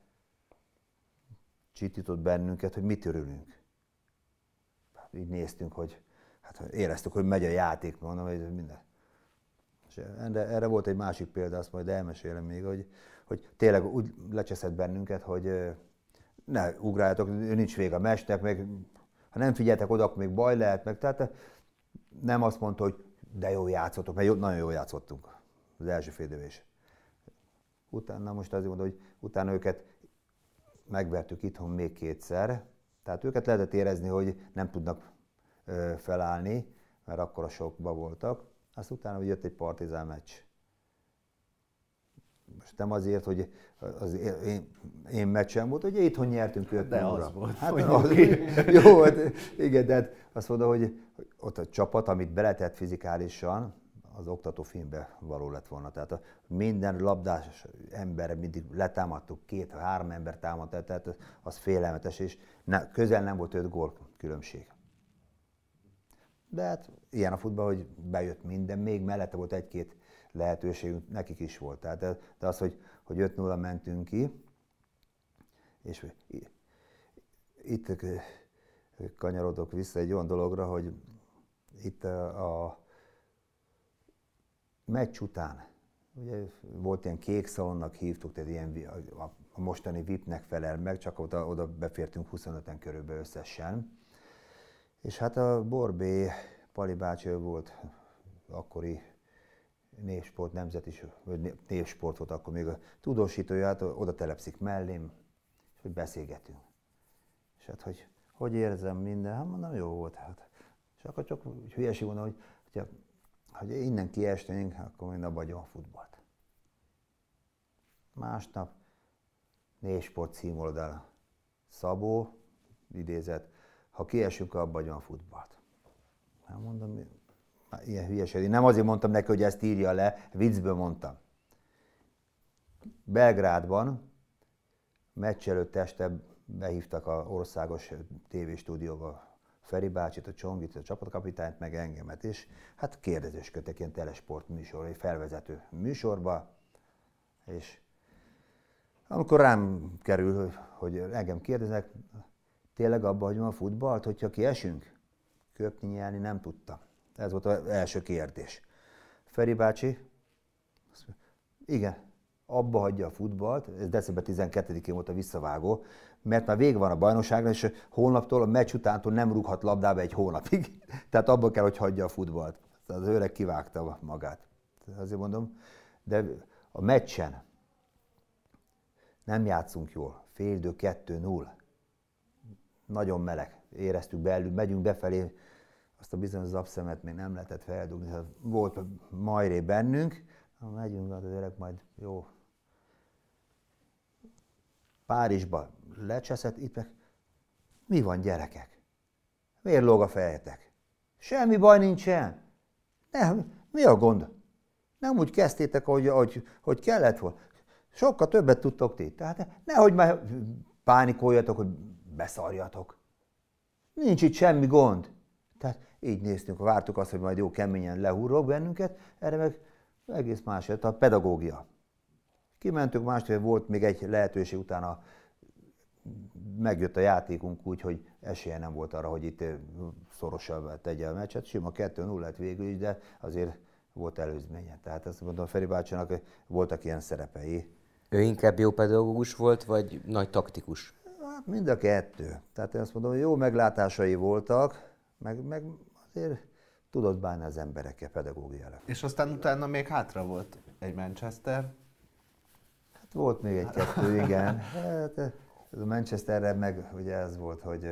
csitított bennünket, hogy mit örülünk. Így néztünk, hogy hát éreztük, hogy megy a játék, mondom, hogy minden. És erre, erre volt egy másik példa, azt majd elmesélem még, hogy, hogy tényleg úgy lecseszett bennünket, hogy ne ugráljatok, nincs vége a meccsnek, meg ha nem figyeltek oda, akkor még baj lehet, meg tehát nem azt mondta, hogy de jól játszottok, mert jó, nagyon jól játszottunk az első fél időben is. Utána most azért mondom, hogy utána őket megvertük itthon még kétszer, tehát őket lehetett érezni, hogy nem tudnak ö, felállni, mert akkor a sokba voltak. Azt utána hogy jött egy Partizán meccs. Most nem azért, hogy az én, én meccsem volt, hogy itthon nyertünk öt nullra. De az volt. Hát az, jó, hát, igen, de hát azt mondom, hogy ott a csapat, amit beletett fizikálisan, az oktató filmbe való lett volna. Tehát a minden labdás emberre mindig letámadtuk, két-három ember támadta, tehát az félelmetes, és ne, közel nem volt öt gól különbség. De hát ilyen a futball, hogy bejött minden, még mellette volt egy-két lehetőségünk, nekik is volt. Tehát, de az, hogy, hogy öt nulla mentünk ki, és itt kanyarodok vissza egy olyan dologra, hogy itt a, a meccs után, ugye volt ilyen kék szalonnak hívtuk, tehát ilyen, a, a mostani vé i pé-nek felel meg, csak oda, oda befértünk huszonöten körülbelül összesen. És hát a Borbé Pali bácsi volt akkori Névsport, nemzeti, vagy Névsport volt akkor még a tudósítója, hát oda telepszik mellém, és hogy beszélgetünk. És hát, hogy hogy érzem minden, hát mondom, jó volt. Hát. És akkor csak hülyeség mondom, hogy hogyha, ha innen kiesnénk, akkor mind abba hagyom a futballt. Másnap Névsport címoldal Szabó, idézett, ha kiesünk, abba hagyom a futballt. Hát mondom, ilyen hülyeség. Nem azért mondtam neki, hogy ezt írja le, viccből mondtam. Belgrádban meccs előtt este behívtak az országos tévéstúdióba Feri bácsit, a Csongit, a csapatkapitányt, meg engemet, és hát kérdezősködtek ilyen telesport műsor, egy felvezető műsorba, és amikor rám kerül, hogy engem kérdeznek, tényleg abba hagyom a futballt, hogyha kiesünk? Köpni, nyelni nem tudtam. Ez volt az első kérdés. Feri bácsi, igen, abba hagyja a futballt, ez december tizenkettedikén volt a visszavágó, mert már vége van a bajnokságra, és holnaptól, a meccs utántól nem rúghat labdába egy hónapig. Tehát abba kell, hogy hagyja a futballt. Az öreg kivágta magát. Azért mondom, de a meccsen nem játszunk jól. Fél idő kettő null. Nagyon meleg. Éreztük belül, megyünk befelé, azt a bizonyos zapszemet még nem lehetett feldugni. Volt majré bennünk, megyünk, az öreg majd jó. Párizsba lecseszett, itt meg mi van, gyerekek? Miért lóg a fejetek? Semmi baj nincsen. Nem, mi a gond? Nem úgy kezdtétek, hogy, hogy, hogy kellett volna. Sokkal többet tudtok ti. Tehát nehogy már pánikoljatok, hogy beszarjatok. Nincs itt semmi gond. Tehát így néztünk, vártuk azt, hogy majd jó keményen lehúrok bennünket, erre meg egész más jött a pedagógia. Kimentünk, másfél volt még egy lehetőség, utána megjött a játékunk úgy, hogy esélye nem volt arra, hogy itt szorosabbá tegye a meccset. Sima kettő null lett végül is, de azért volt előzménye. Tehát ezt mondom, Feri bácsinak voltak ilyen szerepei. Ő inkább jó pedagógus volt, vagy nagy taktikus? Hát mind a kettő. Tehát én azt mondom, hogy jó meglátásai voltak, meg, meg azért tudott bánni az emberekkel pedagógiára. És aztán utána még hátra volt egy Manchester. Hát volt még egy-kettő, igen. Hát, ez a Manchesterre meg ugye ez volt, hogy...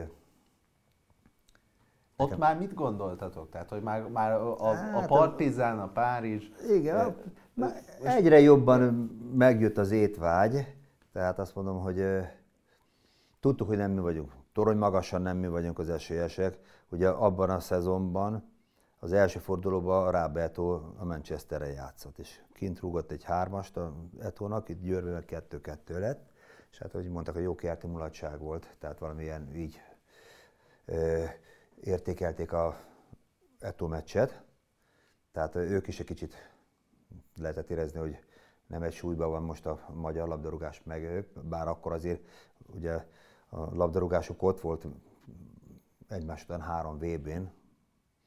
Ott nekem... már mit gondoltatok? Tehát, hogy már, már a, a, hát, a Partizán, a Párizs... Igen, e, már egyre jobban megjött az étvágy. Tehát azt mondom, hogy e, tudtuk, hogy nem mi vagyunk. Torony magasan nem mi vagyunk az esélyesek. Ugye abban a szezonban az első fordulóban a Rába Eto a Manchesterre játszott, és kint rúgott egy hármast a Etónak, itt Győrben meg kettő kettő lett, és hát ahogy mondtak, a jó kerti mulatság volt, tehát valamilyen így ö, értékelték a Eto meccset, tehát ők is egy kicsit lehetett érezni, hogy nem egy súlyban van most a magyar labdarúgás meg ők, bár akkor azért ugye a labdarúgásuk ott volt egymás után három vé bén,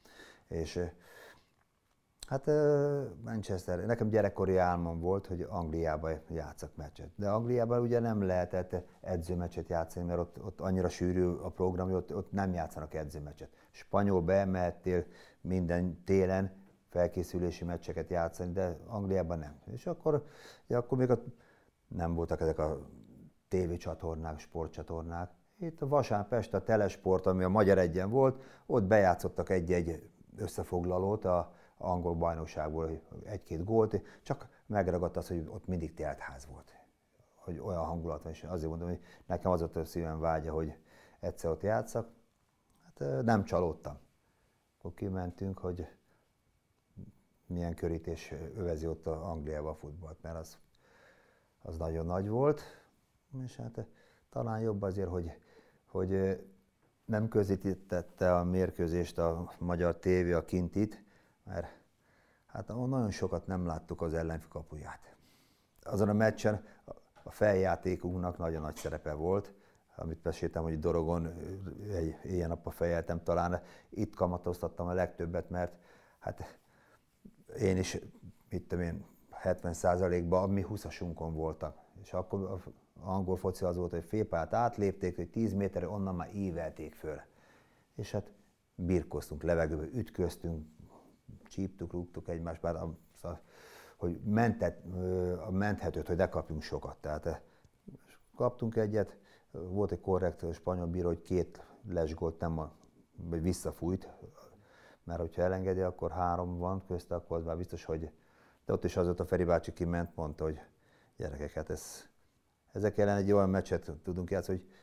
És hát Manchester, nekem gyerekkori álmom volt, hogy Angliában játszak meccset. De Angliában ugye nem lehetett edzőmeccset játszani, mert ott, ott annyira sűrű a program, hogy ott, ott nem játszanak edzőmeccset. Spanyol beemeltél minden télen felkészülési meccseket játszani, de Angliában nem. És akkor, ja, akkor még ott nem voltak ezek a tévécsatornák, sportcsatornák. Itt a Vasán Pest, a Telesport, ami a Magyar Egyen volt, ott bejátszottak egy-egy összefoglalót a angol bajnokságból, egy-két gólt, csak megragadt az, hogy ott mindig telt ház volt. Hogy olyan hangulat van, és azért mondom, hogy nekem az ott a szívem vágya, hogy egyszer ott játszak. Hát nem csalódtam. Akkor kimentünk, hogy milyen körítés övezi ott a Angliában a futballt, mert az, az nagyon nagy volt. És hát talán jobb azért, hogy, hogy nem közvetítette a mérkőzést a magyar tévé, a Kintit, mert hát nagyon sokat nem láttuk az ellenfél kapuját. Azon a meccsen a feljátékunknak nagyon nagy szerepe volt, amit meséltem, hogy Dorogon egy éjjel-nappal fejeltem, talán itt kamatoztattam a legtöbbet, mert hát én is, mit tudom én, hetven százalékban mi huszasunkon voltak. És akkor az angol foci az volt, hogy félpályát átlépték, hogy tíz méterre onnan már ívelték föl. És hát birkoztunk, levegőbe ütköztünk, csíptuk, rúgtuk egymást, bár a, a, hogy mentet, a menthetőt, hogy ne kapjunk sokat. Tehát kaptunk egyet, volt egy korrekt spanyol bíró, hogy két lesgolt nem a, vagy visszafújt, mert hogyha elengedi, akkor három van közte, akkor az már biztos, hogy... De ott is az ott a Feri bácsi kiment, mondta, hogy gyerekek, hát ez, ezek ellen egy olyan meccset tudunk játszani, hogy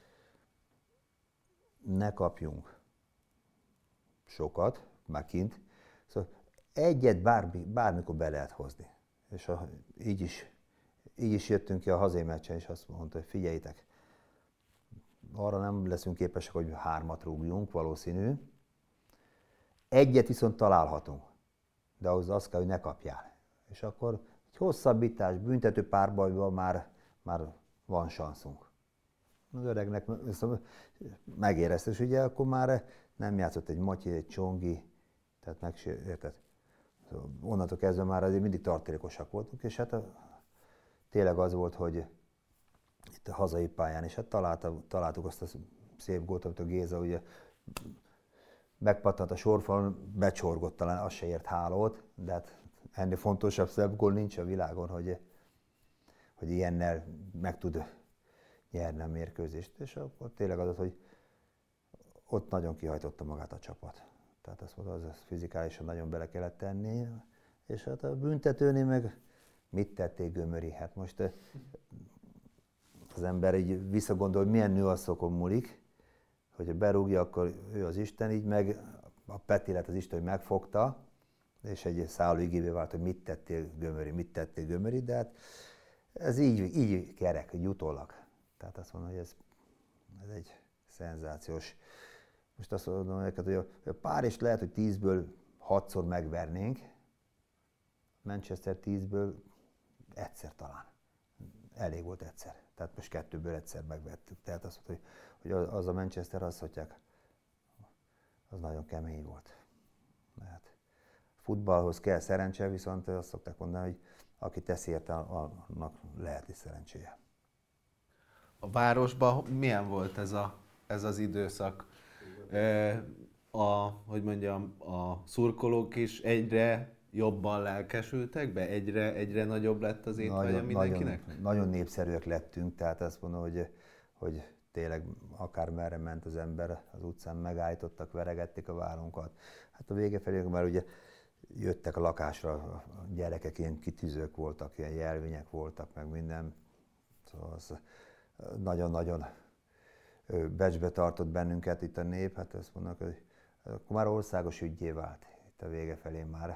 ne kapjunk sokat, már kint, szóval egyet bármi, bármikor be lehet hozni. És a, így, is, így is jöttünk ki a hazai meccsen, és azt mondta, hogy figyeljétek, arra nem leszünk képesek, hogy hármat rúgjunk, valószínű. Egyet viszont találhatunk, de ahhoz az kell, hogy ne kapjál. És akkor egy hosszabbítás, büntető párbajban már, már van szanszunk. Az öregnek megérezte, és ugye akkor már nem játszott egy Matyi, egy Csongi, tehát megsértett. Onnantól kezdve már azért mindig tartalékosak voltunk, és hát a, tényleg az volt, hogy itt a hazai pályán, és hát találtuk, találtuk azt a szép gólt, amit a Géza ugye megpattant a sorfalon, becsorgott, talán az se ért hálót, de hát ennél fontosabb szebb gól nincs a világon, hogy, hogy ilyennel meg tud nyerni a mérkőzést. És akkor tényleg az, hogy ott nagyon kihajtotta magát a csapat. Tehát azt mondta, az fizikálisan nagyon bele kellett tenni, és hát a büntetőnél meg mit tették Gömöri? Hát most az ember így visszagondol, milyen nüanszokon múlik, hogyha berúgja, akkor ő az Isten, így meg a Peti lett az Isten, hogy megfogta, és egy szálló igévé vált, hogy mit tettél Gömöri, mit tettél Gömöri, de hát ez így, így kerek, hogy utólag. Tehát azt mondom, hogy ez, ez egy szenzációs. Most azt mondom neked, hogy a, a Párizst lehet, hogy tízből hatszor megvernénk, Manchester tízből egyszer talán. Elég volt egyszer. Tehát most kettőből egyszer megvettük. Tehát azt mondta, hogy, hogy az a Manchester, azt mondják, az nagyon kemény volt. Hát, futballhoz kell szerencse, viszont azt szokták mondani, hogy aki teszi érte, annak lehet is szerencséje. A városban milyen volt ez, a, ez az időszak? E, a, hogy mondjam, a szurkolók is egyre jobban lelkesültek be? Egyre, egyre nagyobb lett az étvágya mindenkinek? Nagyon, nagyon népszerűek lettünk, tehát azt mondom, hogy, hogy tényleg akár merre ment az ember, az utcán megállítottak, veregették a vállunkat. Hát a vége felé már ugye jöttek a lakásra, a gyerekek ilyen kitűzők voltak, ilyen jelvények voltak, meg minden. Szóval az nagyon-nagyon becsbe tartott bennünket itt a nép, hát azt mondnak, hogy akkor már országos üggyé vált itt a vége felé már.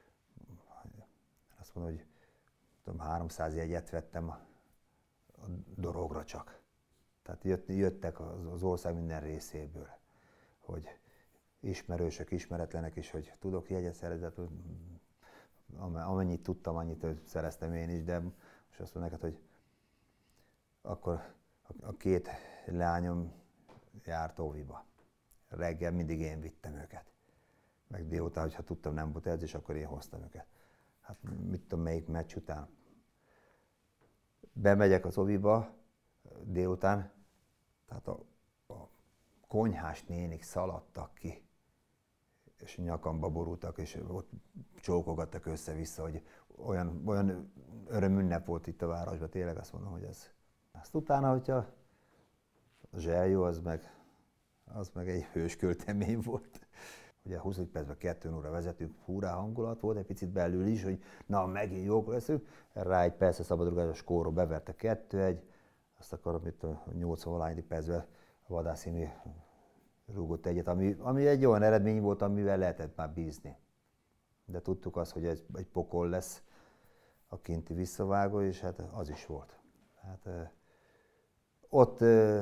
Azt mondom, hogy tudom, háromszáz jegyet vettem a, a dorogra csak. Tehát jött, jöttek az, az ország minden részéből, hogy ismerősök, ismeretlenek is, hogy tudok jegyet szerezni, amennyit tudtam, annyit szereztem én is, de most azt mondom neked, hogy akkor a két lányom járt óviba. Reggel mindig én vittem őket. meg délután, hogyha tudtam, nem volt edzés, akkor én hoztam őket. Hát mit tudom, melyik meccs után. Bemegyek az oviba délután, tehát a, a konyhás nénik szaladtak ki, és nyakamba borultak, és ott csókogattak össze-vissza, hogy olyan, olyan örömünnep volt itt a városban, tényleg azt mondom, hogy ez. Azt utána, hogyha a zseljó, az meg, az meg egy hős költemény volt. Ugye huszadik percben kettő óra vezetünk, hurrá hangulat volt, egy picit belül is, hogy na megint jók leszünk. Rá egy persze szabadrugás a skórról beverte kettő egy, azt akkor itt a nyolcvan percben a Vadászini rúgott egyet, ami, ami egy olyan eredmény volt, amivel lehetett már bízni. De tudtuk azt, hogy egy, egy pokol lesz a kinti visszavágó, és hát az is volt. Hát, ö, ott ö,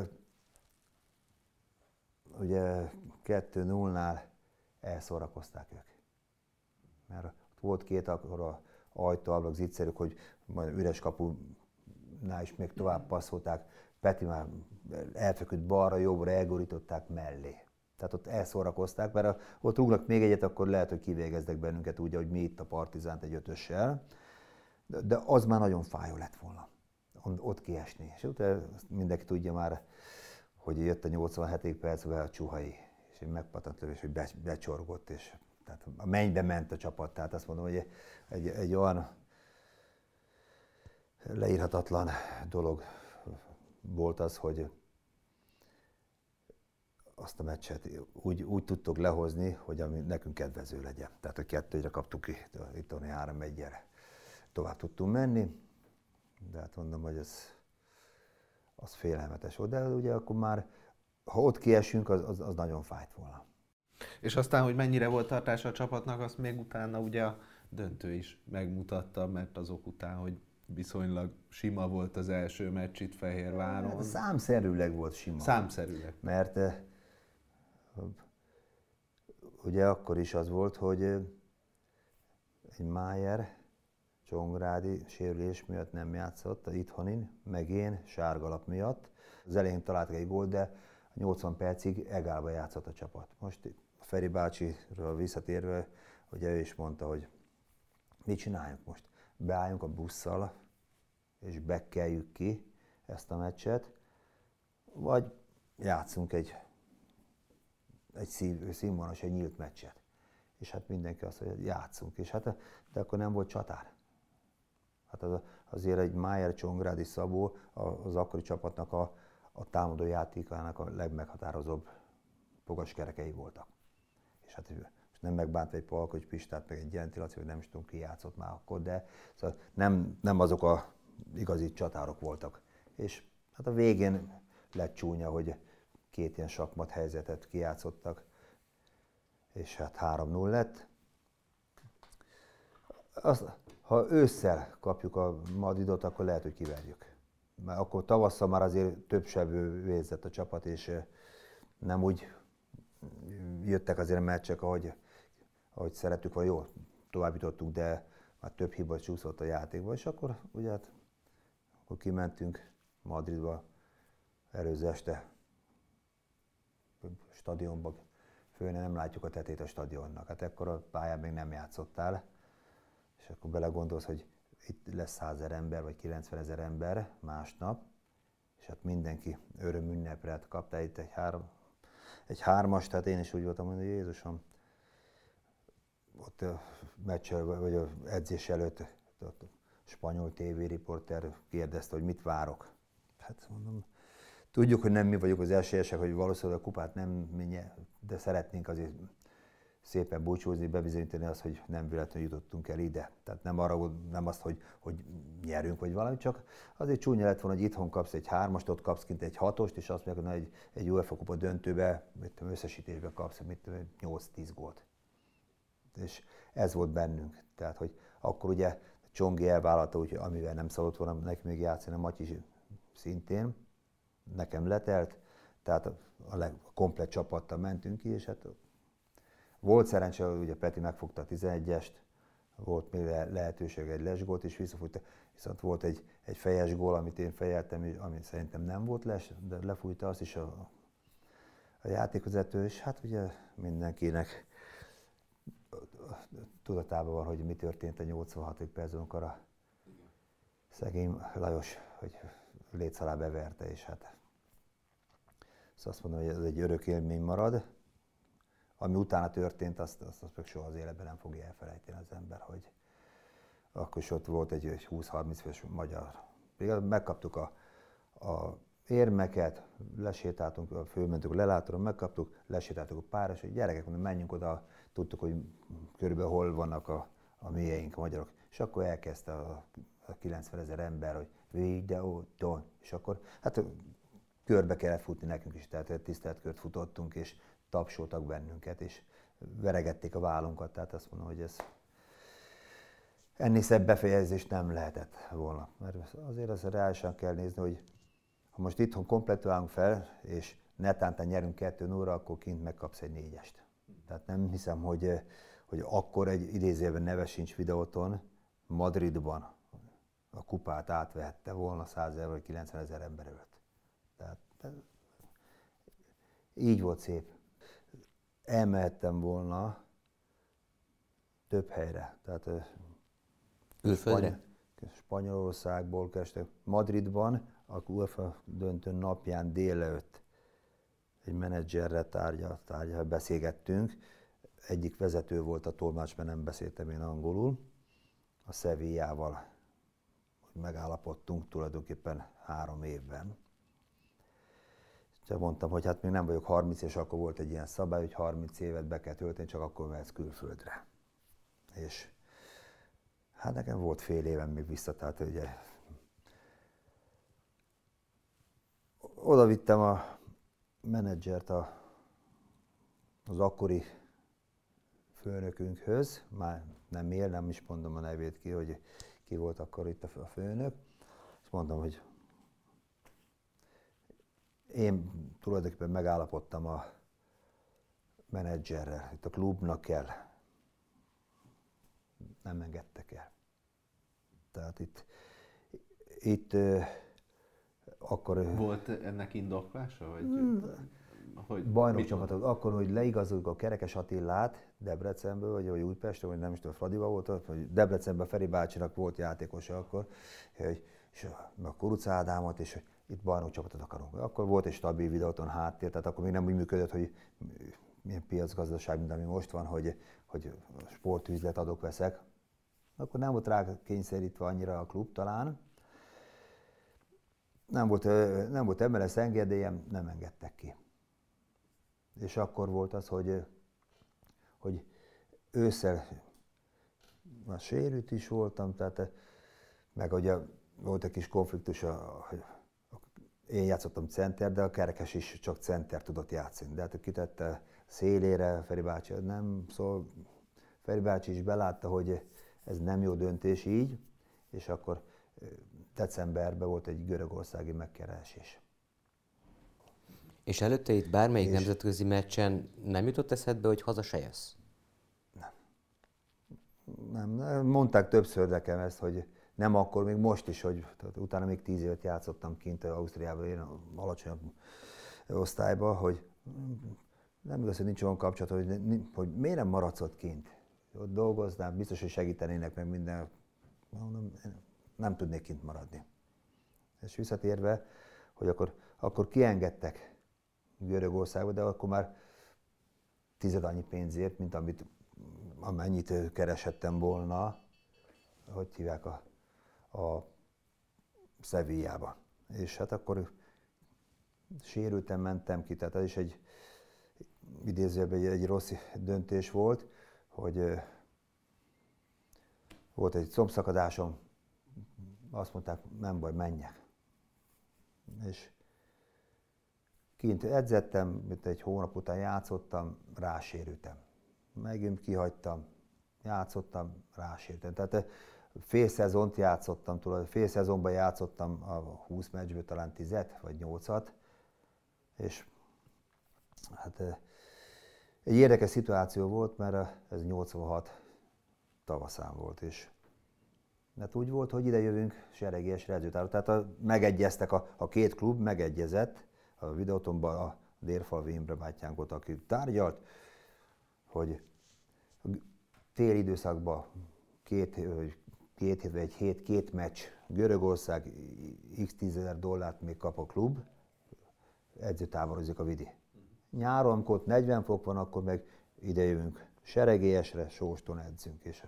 ugye kettő nullnál elszórakozták ők. Mert ott volt két akkor a ajtóablak zicserük, hogy majd üres kapunál is még tovább passzolták. Peti már elfeküdt balra, jobbra, elgurították mellé. Tehát ott elszórakozták, mert ott rúgnak még egyet, akkor lehet, hogy kivégeznek bennünket úgy, hogy mi itt a Partizánt egy ötössel. De, de az már nagyon fájó lett volna, ott kiesni. És utána mindenki tudja már, hogy jött a nyolcvanhetedik percben a Csuhai, és egy megpatant lövés, hogy be, becsorgott, és tehát a mennybe ment a csapat. Tehát azt mondom, hogy egy, egy, egy olyan leírhatatlan dolog volt az, hogy azt a meccset úgy, úgy tudtuk lehozni, hogy ami nekünk kedvező legyen. Tehát, hogy kettőre kaptuk ki, itt a három egyre tovább tudtunk menni. De hát mondom, hogy ez az félelmetes volt. De ugye akkor már, ha ott kiesünk, az, az, az nagyon fájt volna. És aztán, hogy mennyire volt tartása a csapatnak, azt még utána ugye a döntő is megmutatta, mert azok után, hogy viszonylag sima volt az első meccs itt Fehérváron. Számszerűleg volt sima. Számszerűleg. Mert ugye akkor is az volt, hogy egy Májer Csongrádi sérülés miatt nem játszott, az itthonin, meg én sárgalap miatt. Az elején találtak egy gólt, de nyolcvan percig egálba játszott a csapat. Most a Feri bácsiról visszatérve, ugye ő is mondta, hogy mit csináljunk most? Beálljunk a busszal, és bekkeljük ki ezt a meccset, vagy játszunk egy, egy színvonalas, egy nyílt meccset. És hát mindenki azt mondja, hogy játszunk, és hát, de akkor nem volt csatár. Hát az, azért egy Májer Csongrádi Szabó az akkori csapatnak a, a támadó játékának a legmeghatározóbb fogaskerekei voltak. És hát nem megbántva egy Palkovics Pistát, meg egy Gyenti Laci, hogy nem is tudom, ki játszott már akkor, de szóval nem, nem azok a igazi csatárok voltak. És hát a végén lett csúnya, hogy két ilyen sakmat helyzetet kijátszottak, és hát három null lett. Azt, ha ősszel kapjuk a Madridot, akkor lehet, hogy kiverjük. Mert akkor tavasszal már azért több sebű vérzett a csapat, és nem úgy jöttek azért a meccsek, ahogy, ahogy szerettük, vagy jó, tovább jutottunk, de már több hiba csúszott a játékba, és akkor ugye hát, akkor kimentünk Madridba előző este stadionba, főleg nem látjuk a tetét a stadionnak. Hát ekkor a pályán még nem játszottál, és akkor belegondolsz, hogy itt lesz százezer ember, vagy kilencvenezer ember másnap, és hát mindenki örömünnepre kaptál itt egy, három, egy hármas, tehát én is úgy voltam, hogy Jézusom, ott a meccs, vagy az edzés előtt a spanyol tévériporter kérdezte, hogy mit várok. Hát mondom, tudjuk, hogy nem mi vagyunk az esélyesek, hogy valószínűleg a kupát nem mi, de szeretnénk azért szépen búcsúzni, bebizonyítani azt, hogy nem véletlenül jutottunk el ide. Tehát nem arra, nem azt, hogy, hogy nyerünk, vagy valami, csak azért csúnya lett volna, hogy itthon kapsz egy hármast, ott kapsz kint egy hatost, és azt mondják, hogy egy, egy UEFA kupa döntőbe, mit összesítésbe kapsz mit, nyolc-tíz gólt. És ez volt bennünk. Tehát, hogy akkor ugye Csongi elvállalta, úgy, amivel nem szabott volna neki még játszani, a Matyi szintén, nekem letelt, tehát a, a, leg, a komplett csapattal mentünk ki, és hát volt szerencsé, hogy ugye Peti megfogta a tizenegyest, volt még lehetőség egy lesgólt is visszafújta, viszont volt egy, egy fejes gól, amit én fejeltem, amit szerintem nem volt les, de lefújta azt is a, a játékvezető, és hát ugye mindenkinek tudatában van, hogy mi történt a nyolcvanhatodik percben, amikor a szegény Lajos, hogy létszalá beverte, és hát szóval azt mondom, hogy ez egy örök élmény marad. Ami utána történt, azt, azt, azt meg soha az életben nem fogja elfelejteni az ember, hogy akkor is ott volt egy, egy húsz-harminc fős magyar. Megkaptuk a, a érmeket, lesétáltunk, fölmentünk a lelátóra, megkaptuk, lesétáltuk a páros, hogy gyerekek, mondom, menjünk oda, tudtuk, hogy körülbelül hol vannak a, a mélyeink, a magyarok. És akkor elkezdte a, a kilencvenezer ember, hogy videóton, és akkor hát körbe kellett futni nekünk is, tehát tiszteletkört futottunk, és tapsoltak bennünket, és veregették a vállunkat, tehát azt mondom, hogy ez ennél szebb befejezés nem lehetett volna. Mert azért azt reálisan kell nézni, hogy ha most itthon komplettül állunk fel, és netántán nyerünk kettő nulla, akkor kint megkapsz egy négyest. Tehát nem hiszem, hogy, hogy akkor egy idézőjelben neves sincs videóton, Madridban a kupát átvehette volna százezer vagy kilencvenezer ember előtt. Tehát így volt szép. Elmehettem volna több helyre. Tehát Külföldre? Spany- Spanyolországból kerestek. Madridban a UEFA döntő napján délelőtt egy menedzserrel tárgyal, tárgyal beszélgettünk. Egyik vezető volt a tolmács, mert nem beszéltem én angolul. A Sevillával megállapodtunk tulajdonképpen három évben. Csak mondtam, hogy hát még nem vagyok harminc, és akkor volt egy ilyen szabály, hogy harminc évet be kell tölteni, csak akkor mehetsz külföldre. És hát nekem volt fél éven még vissza, tehát ugye oda vittem a menedzsert a, az akkori főnökünkhöz, már nem él, nem is mondom a nevét ki, hogy ki volt akkor itt a főnök, és mondom, hogy én tulajdonképpen megállapodtam a menedzserrel, itt a klubnak kell. Nem engedtek el. Tehát itt, itt euh, akkor... Volt ennek indoklása? Vagy, hmm, hogy bajnokcsapatok, akkor, hogy leigazoljuk a Kerekes Attilát Debrecenből, vagy, vagy Újpestről, vagy nem is tudom, Fradiba volt, vagy Debrecenben Feri bácsinak volt játékosa akkor, hogy, és a Kuruc Ádámot, és itt bajnokcsapatot akarunk. Akkor volt egy stabil videóton háttér, tehát akkor még nem úgy működött, hogy milyen piacgazdaság, mint ami most van, hogy, hogy sportüzlet adok-veszek. Akkor nem volt rá kényszerítve annyira a klub talán. Nem volt, nem volt em el es engedélyem, nem engedtek ki. És akkor volt az, hogy, hogy ősszel már sérült is voltam, tehát meg ugye volt egy kis konfliktus, hogy én játszottam center, de a Kerekes is csak center tudott játszani. De hát kitette szélére, Feri bácsi nem, szóval Feri bácsi is belátta, hogy ez nem jó döntés így, és akkor decemberben volt egy görögországi megkeresés. És előtte itt bármelyik és nemzetközi meccsen nem jutott eszedbe, hogy haza se jössz? Nem. Nem, mondták többször nekem ezt, hogy nem akkor, még most is, hogy utána még tíz évet játszottam kint Ausztriában, én alacsonyabb osztályban, hogy nem igaz, hogy nincs olyan kapcsolat, hogy, hogy miért nem maradsz ott kint. Ott dolgoznál, biztos, hogy segítenének meg minden. Nem, nem tudnék kint maradni. És visszatérve, hogy akkor, akkor kiengedtek Görögországba, de akkor már tized annyi pénzért, mint amit, amennyit keresettem volna, hogy hívják a, a Sevillába. És hát akkor sérültem, mentem ki, tehát ez is egy idézőben egy, egy rossz döntés volt, hogy volt egy combszakadásom, azt mondták, nem baj, menjek. És kint edzettem, mint egy hónap után játszottam, rásérültem. Megint kihagytam, játszottam, rásérültem. Tehát fél szezont játszottam, fél szezonban játszottam a húsz meccsből talán tízet vagy nyolcat, és hát egy érdekes szituáció volt, mert ez nyolcvanhat tavaszán volt, és mert úgy volt, hogy ide jövünk seregies rezőtára. Tehát a, megegyeztek, a, a két klub megegyezett, a Videótonban a Dérfalvi Imre bátyánk volt, aki tárgyalt, hogy téli időszakban két, két hét vagy egy hét, két meccs, Görögország, x tízezer dollárt még kap a klub, edzőtáborozik a Vidi. Nyáron, amikor ott negyven fok van, akkor meg ide jövünk Seregélyesre, Sóston edzünk, és,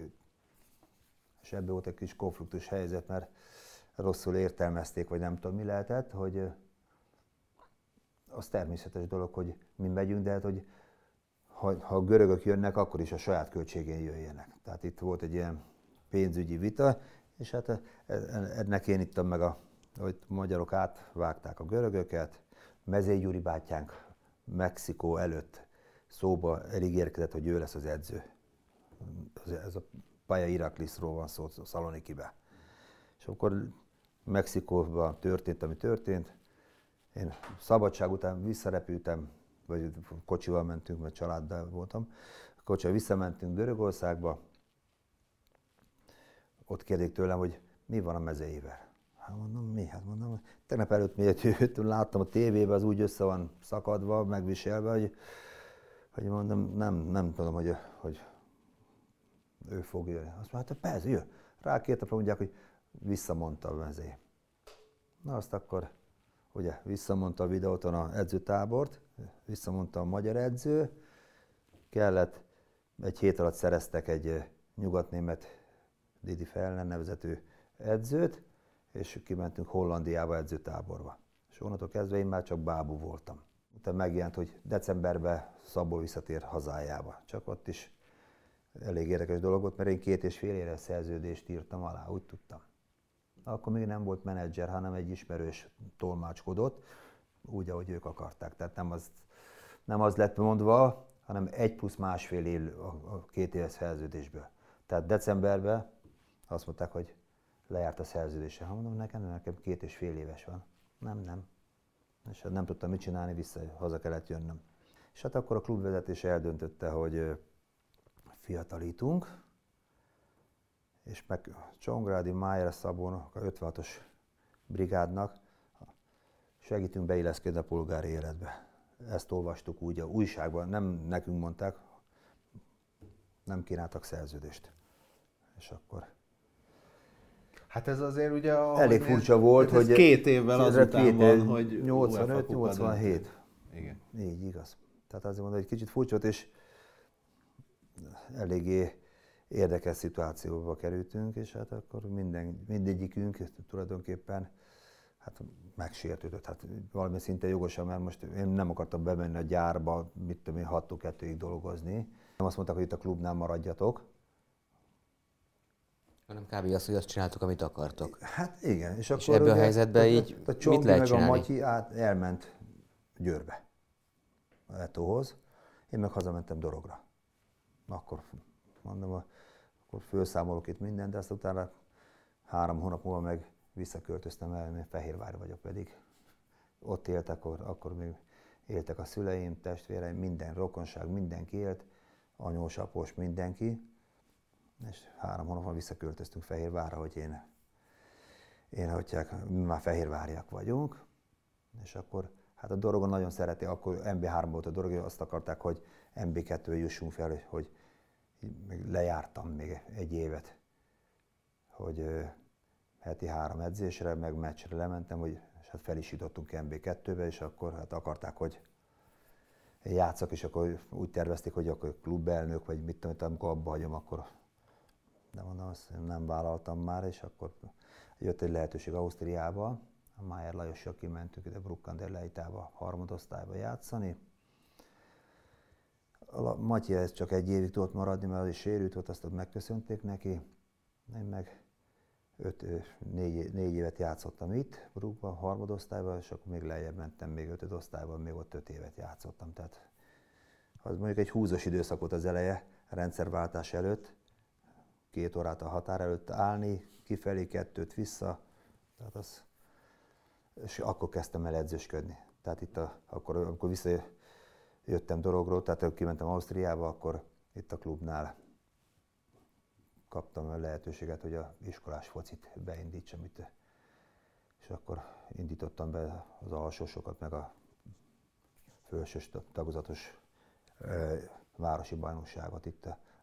és ebből volt egy kis konfliktus helyzet, mert rosszul értelmezték, vagy nem tudom mi lehetett, hogy az természetes dolog, hogy mi megyünk, de hát, hogy ha, ha a görögök jönnek, akkor is a saját költségén jöjjenek. Tehát itt volt egy ilyen pénzügyi vita, és hát ennek én ittam meg, a, hogy a magyarok átvágták a görögöket. Mezei Gyuri bátyánk Mexikó előtt szóba elígérkezett, hogy ő lesz az edző. Ez a Pálya Iraklisról van szó, Szalonikibe. És akkor Mexikóban történt, ami történt. Én szabadság után visszarepültem, vagy kocsival mentünk, mert családdal voltam. Kocsival visszamentünk Görögországba. Ott kérdik tőlem, hogy mi van a mezeivel. Hát mondom, mi? Hát mondom, tegnap előtt miért jöttem, láttam a tévében, az úgy össze van szakadva, megviselve, hogy, hogy mondom, nem, nem tudom, hogy, hogy ő fog jönni. Azt mondta, hát persze, jön. Rákértem, mondják, hogy visszamondta a mezé. Na azt akkor, ugye, visszamondta a videóton az edzőtábort, visszamondta a magyar edző, kellett, egy hét alatt szereztek egy nyugatnémet Didi Fellner nevezetű edzőt, és kimentünk Hollandiába edzőtáborba. És onnantól kezdve én már csak bábú voltam. Utána megjelent, hogy decemberben Szabó visszatér hazájába. Csak ott is elég érdekes dolog volt, mert én két és fél éves szerződést írtam alá, úgy tudtam. Akkor még nem volt menedzser, hanem egy ismerős tolmácskodott, úgy, ahogy ők akarták. Tehát nem az, nem az lett mondva, hanem egy plusz másfél év a két éves szerződésből. Tehát decemberben azt mondták, hogy lejárt a szerződése. Ha mondom, nekem, nekem két és fél éves van. Nem, nem. És nem tudtam mit csinálni, vissza, haza kellett jönnöm. És hát akkor a klubvezetés eldöntötte, hogy fiatalítunk, és meg Csongrádi, Májer, Szabónak, a ötvenhatos brigádnak segítünk beilleszkedni a polgári életbe. Ezt olvastuk úgy a újságban, nem nekünk mondták, nem kínáltak szerződést. És akkor... Hát ez azért ugye... Elég furcsa volt, hogy... Ez két évvel azután két van, hogy... nyolcvanöt nyolcvanhét. Igen. Így igaz. Tehát azért mondom, hogy kicsit furcsa volt, és eléggé érdekes szituációba kerültünk, és hát akkor minden, mindegyikünk tulajdonképpen hát megsértődött. Hát valami szinte jogosan, mert most én nem akartam bemenni a gyárba, mit tudom én, hattól kettőig dolgozni. Nem azt mondták, hogy itt a klubnál maradjatok. Hanem kb. Az, hogy azt csináltuk, amit akartok. Hát igen. És, és akkor ebben a ugye, helyzetben így a, a mit Csombi lehet meg csinálni? a Matyi át, elment Győrbe, a Etóhoz. Én meg hazamentem Dorogra. Akkor mondom, akkor felszámolok itt mindent, de azt utána három hónap múlva meg visszaköltöztem el, mert Fehérvár vagyok pedig. Ott éltek, akkor, akkor még éltek a szüleim, testvéreim, minden rokonság, mindenki élt, anyós, após, mindenki. És három hónapban visszaköltöztünk Fehérvárra, hogy én, én hogyják, mi már fehérváriak vagyunk. És akkor, hát a Dorogon nagyon szereti, akkor em bé három volt a Dorog, azt akarták, hogy em bé kettőre jussunk fel, hogy, hogy még lejártam még egy évet, hogy uh, heti három edzésre, meg meccsre lementem, hogy, és hát fel is jutottunk em bé kettőbe, és akkor hát akarták, hogy én játszak, és akkor úgy tervezték, hogy akkor klubelnök, vagy mit tudom, amikor abba hagyom, akkor de mondom, azt nem vállaltam már, és akkor jött egy lehetőség Ausztriába, a Májer Lajossal kimentünk ide Bruckander Leitába harmadosztályba játszani. A Matyi ez csak egy évig tudott maradni, mert az is sérült volt, azt megköszönték neki. Én meg öt, négy, négy évet játszottam itt, Bruckban, harmadosztályban, és akkor még lejjebb mentem, még ötödosztályban, még ott öt évet játszottam. Tehát az mondjuk egy húzós időszak volt az eleje, a rendszerváltás előtt. Két órát a határ előtt állni, kifelé, kettőt vissza, tehát az, és akkor kezdtem el edzősködni. Tehát itt, a, akkor, amikor visszajöttem Dorogról, tehát kimentem Ausztriába, akkor itt a klubnál kaptam a lehetőséget, hogy a iskolás focit beindítsam itt. És akkor indítottam be az alsósokat, meg a felsős tagozatos e, városi bajnokságot itt a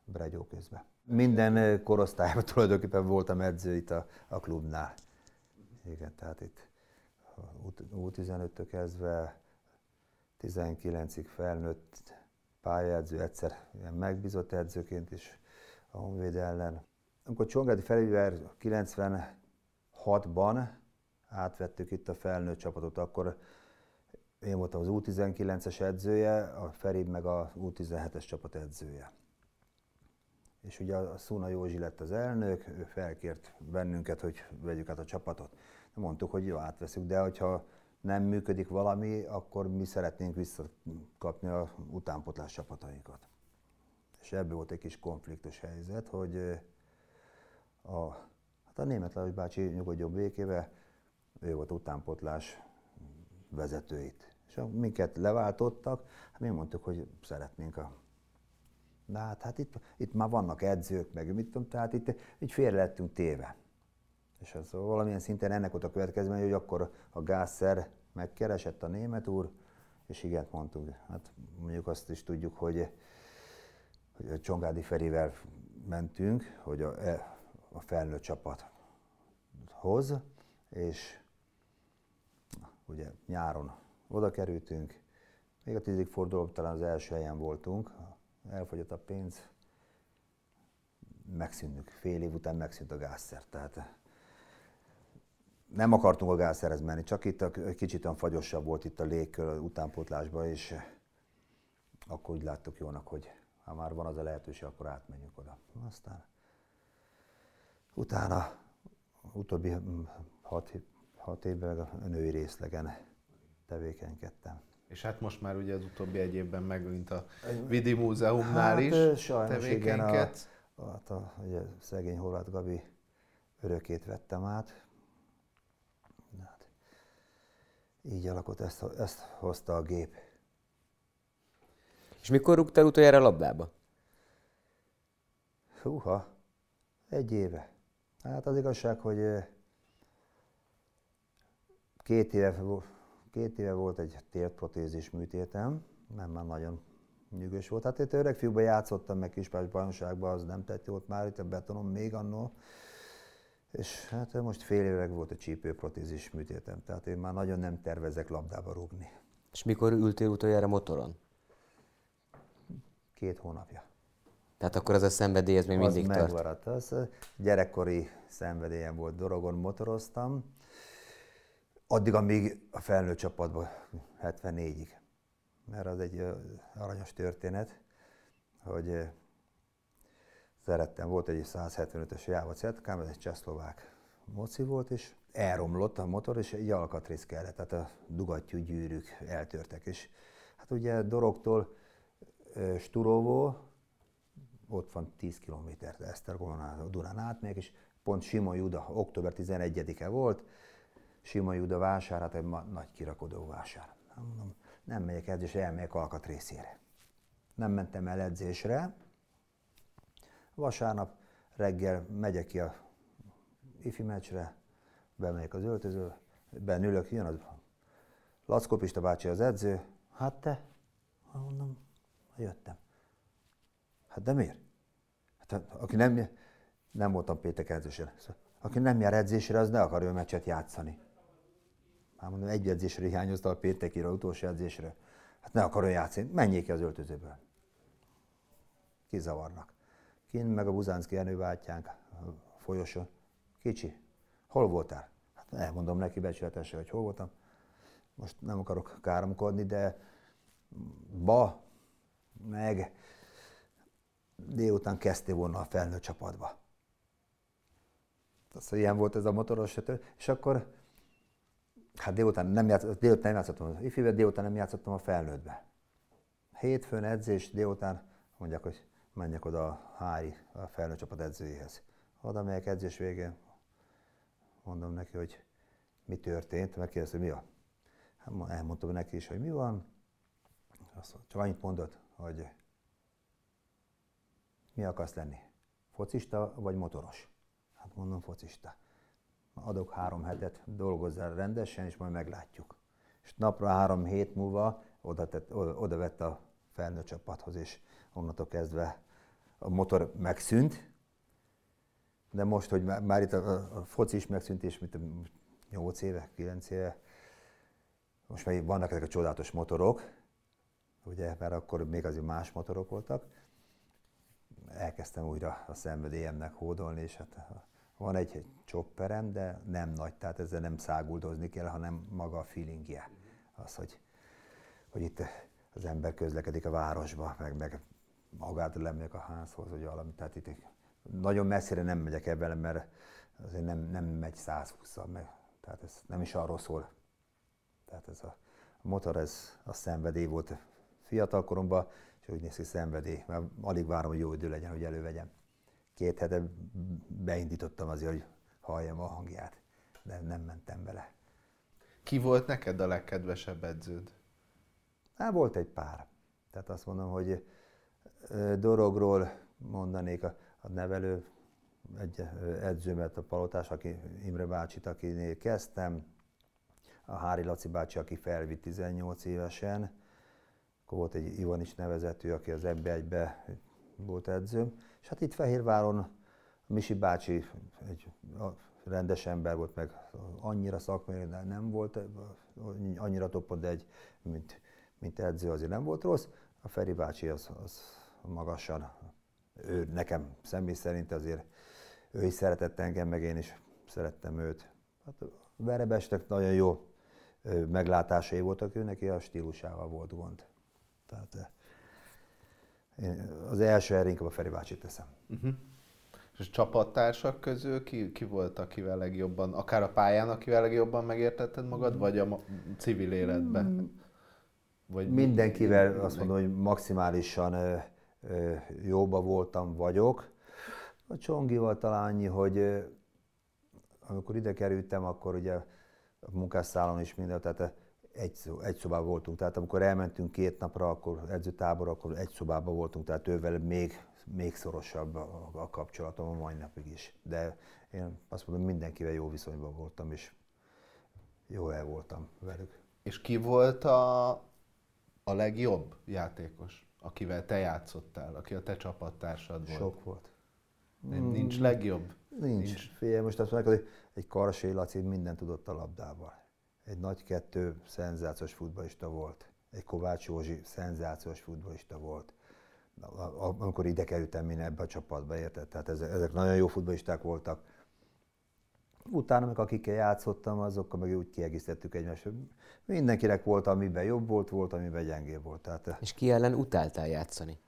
Bregyó közben. Minden korosztályban tulajdonképpen voltam edző itt a, a klubnál. Igen, tehát itt U tizenöttől kezdve tizenkilencig felnőtt pályaedző, egyszer ilyen megbízott edzőként is a Honvéd ellen. Amikor Csongrádi Ferivel kilencvenhatban átvettük itt a felnőtt csapatot, akkor én voltam az U tizenkilences edzője, a Feri meg a U tizenhetes csapat edzője. És ugye a Szuna Józsi lett az elnök, ő felkért bennünket, hogy vegyük át a csapatot. Mondtuk, hogy jó, átveszünk, de hogyha nem működik valami, akkor mi szeretnénk visszakapni a utánpótlás csapatainkat. És ebből volt egy kis konfliktus helyzet, hogy a, hát a Németh Lajos bácsi nyugodjon békébe, ő volt utánpótlás vezetőit. És minket leváltottak, hát mi mondtuk, hogy szeretnénk a... De hát, hát itt, itt már vannak edzők, meg mit tudom, tehát itt így félre lettünk téve. És az valamilyen szinten ennek volt a következmény, hogy akkor a Gászer megkeresett a Németh úr, és igent mondtuk. Hát mondjuk azt is tudjuk, hogy, hogy a Csongrádi Ferivel mentünk, hogy a, a felnőtt csapathoz, és ugye nyáron oda kerültünk, még a tizedik fordulóban talán az első helyen voltunk, elfogyott a pénz, megszűnünk, fél év után megszűnt a Gászer, tehát nem akartunk a Gászerhez menni, csak itt a, kicsit olyan fagyosabb volt itt a légkör utánpótlásban, és akkor úgy láttuk jónak, hogy ha már van az a lehetőség, akkor átmenjünk oda. Aztán utána utóbbi hat, hat évben a női részlegen tevékenykedtem. És hát most már ugye az utóbbi egy évben megint a Vidi Múzeumnál hát, is sajnos tevékenyked. Igen, a, a, a, ugye, szegény Horváth Gabi örökét vettem át. Hát, így alakult, ezt, ezt hozta a gép. És mikor rúgtál utoljára labdába? Húha, egy éve. Hát az igazság, hogy két éve, két éve volt egy térprotézis műtétem, nem már nagyon nyűgös volt. Hát itt öreg fiúkban játszottam, meg kispás bajnokságban, az nem tett jót már, itt a betonon még annól. És hát most fél évek volt a csípőprotézis műtétem, tehát én már nagyon nem tervezek labdába rúgni. És mikor ültél utoljára motoron? Két hónapja. Tehát akkor az a szenvedély, ez még Az mindig tart? megmaradt. Az gyerekkori szenvedélyem volt, Dorogon motoroztam. Addig, amíg a felnőtt csapatban, hetvennégyig. Mert az egy aranyos történet, hogy szerettem, volt egy százhetvenötös Jáva Cetkám, ez egy csehszlovák moci volt, és elromlott a motor, és egy alkatrész kellett, tehát a dugattyú gyűrűk eltörtek. És hát ugye Dorogtól Sturovó, ott van tíz kilométer, Esztergomon a Dunán át még, és pont Simon Juda, október tizenegyedike volt, Simon Juda vásár, hát egy nagy kirakodó vásár. Mondom, nem megyek edzésre, elmegyek alkatrészére. Nem mentem el edzésre. Vasárnap reggel megyek ki a ifi meccsre, bemegyek az öltöző, benülök, jön a Lackó Pista bácsi az edző. Hát te? Mondom, jöttem. Hát de miért? Hát, aki nem, nem voltam péntek edzésre. Aki nem jár edzésre, az ne akarja a meccset játszani. Már mondom, egy edzésre hiányoztam a péntekére, az utolsó edzésre. Hát ne akarja játszani, menjék ki az öltözőből. Kizavarnak. Kint meg a Buzánszki Jenő bátyánk a folyosón. Kicsi, hol voltál? Hát elmondom neki becsületesen, hogy hol voltam. Most nem akarok káromkodni, de ba, meg délután kezdtél volna a felnőtt csapatba. Az, ilyen volt ez a motoros, és akkor hát délután nem, játsz, délután nem játszottam az ifibe, délután nem játszottam a felnőttbe. Hétfőn edzés, délután mondják, hogy menjek oda a Hári, a felnőtt csapat edzőjéhez. Oda megyek edzés végén, mondom neki, hogy mi történt, megkérdezte, hogy mi a... Hát elmondtam neki is, hogy mi van. Azt csak annyit mondott, hogy mi akarsz lenni? Focista vagy motoros? Hát mondom, focista. Adok három hetet, dolgozzál rendesen, és majd meglátjuk. És napra három hét múlva oda, tett, oda, oda vett a felnőtt csapathoz, és onnantól kezdve a motor megszűnt, de most, hogy már, már itt a, a foci is megszűnt, és mint nyolc éve, kilenc éve, most már vannak ezek a csodálatos motorok, ugye, mert akkor még azért más motorok voltak. Elkezdtem újra a szenvedélyemnek hódolni, és hát van egy chopperem, de nem nagy, tehát ezzel nem száguldozni kell, hanem maga a feelingje. Az, hogy, hogy itt az ember közlekedik a városba, meg, meg magától lemegyek a házhoz, vagy valami. Tehát itt nagyon messzire nem megyek ebben, mert azért nem, nem megy százhússzal meg. Tehát ez nem is arról szól. Tehát ez a motor, ez a szenvedély volt fiatal koromban, és úgy néz ki szenvedély, mert alig várom, hogy jó idő legyen, hogy elővegyem. Két hete beindítottam azért, hogy halljam a hangját, de nem mentem bele. Ki volt neked a legkedvesebb edződ? Hát volt egy pár. Tehát azt mondom, hogy Dorogról mondanék a, a nevelő egy edzőmet, a Palotás, aki Imre bácsit, akinél kezdtem, a Hári Laci bácsi, aki felvitt tizennyolc évesen, akkor volt egy Ivanics nevezetű, aki az em bé egybe volt edzőm, és hát itt Fehérváron Misi bácsi egy rendes ember volt, meg annyira szakmai, nem volt annyira toppon, de egy, mint, mint edző azért nem volt rossz. A Feri bácsi az, az magasan, ő nekem személy szerint azért ő is szeretett engem, meg én is szerettem őt. Hát Verebesnek nagyon jó meglátásai voltak, ő neki a stílusával volt gond. Tehát én az első erre inkább a Feri bácsit teszem. Uh-huh. És a csapattársak közül ki, ki volt, akivel legjobban, akár a pályán, akivel legjobban megértetted magad, vagy a civil életben? Vagy mindenkivel mi, azt mondom, hogy maximálisan ö, ö, jóba voltam, vagyok. A Csongival talán annyi, hogy ö, amikor ide kerültem, akkor ugye a munkásszálon is minden, tehát egy, egy szobában voltunk. Tehát amikor elmentünk két napra, akkor edzőtáborra, akkor egy szobában voltunk, tehát ővel még, még szorosabb a, a kapcsolatom a mai napig is. De én azt mondom, mindenkivel jó viszonyban voltam, és jó el voltam velük. És ki volt a, a legjobb játékos, akivel te játszottál, aki a te csapattársad volt? Sok volt. Nincs legjobb? Nincs. Nincs. Figyelj, most azt mondják, hogy egy Karsai Laci mindent tudott a labdával. Egy Nagy Kettő szenzációs futballista volt. Egy Kovács Józsi szenzációs futballista volt. Amikor ide kerültem én ebbe a csapatba, érted? Tehát ezek, ezek nagyon jó futballisták voltak. Utána meg akikkel játszottam, azokkal meg úgy kiegészítettük egymást. Mindenkinek volt, amiben jobb volt, volt, amiben gyengébb volt. Tehát, és ki ellen utáltál játszani?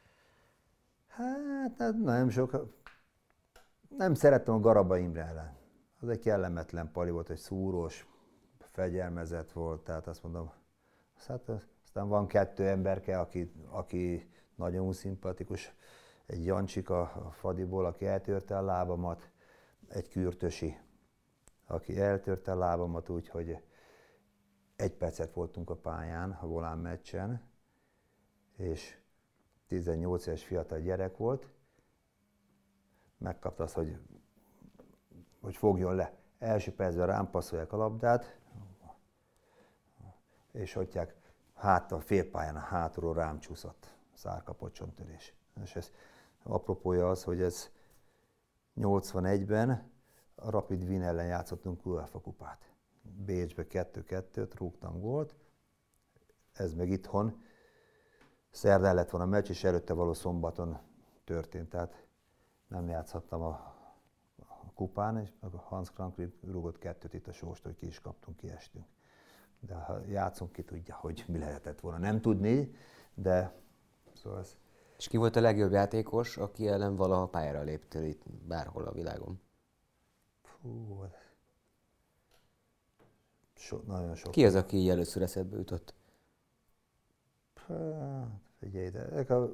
hát nem sok. Nem szerettem a Garaba Imre ellen. Az egy kellemetlen pali volt, egy szúrós, fegyelmezett volt, tehát azt mondom, hát aztán van kettő emberke, aki, aki nagyon szimpatikus, egy Jancsika a Fradiból, aki eltörte a lábamat, egy Kürtösi, aki eltörte a lábamat úgy, hogy egy percet voltunk a pályán, a Volán meccsen, és tizennyolc éves fiatal gyerek volt, megkapta azt, hogy, hogy fogjon le. Első percben rám passzolják a labdát, és hagyják háttal, félpályán a hátulról rám csúszott szárkapocsontörés. És ez apropója az, hogy ez nyolcvanegyben a Rapid Wien ellen játszottunk UEFA kupát. Bécsbe kettő kettőt rúgtam gólt, ez meg itthon szerdán lett volna a meccs, és előtte való szombaton történt, tehát nem játszhattam a, a kupán, és a Hans Krankli rúgott kettőt itt a Sóst, hogy ki is kaptunk, kiestünk. De ha játszunk, ki tudja, hogy mi lehetett volna. Nem tudni, de szóval ez... És ki volt a legjobb játékos, aki ellen valaha pályára léptél itt bárhol a világon? Fú, so, nagyon sok. Ki az, aki így először eszedbe jutott? Hát, figyelj, de a...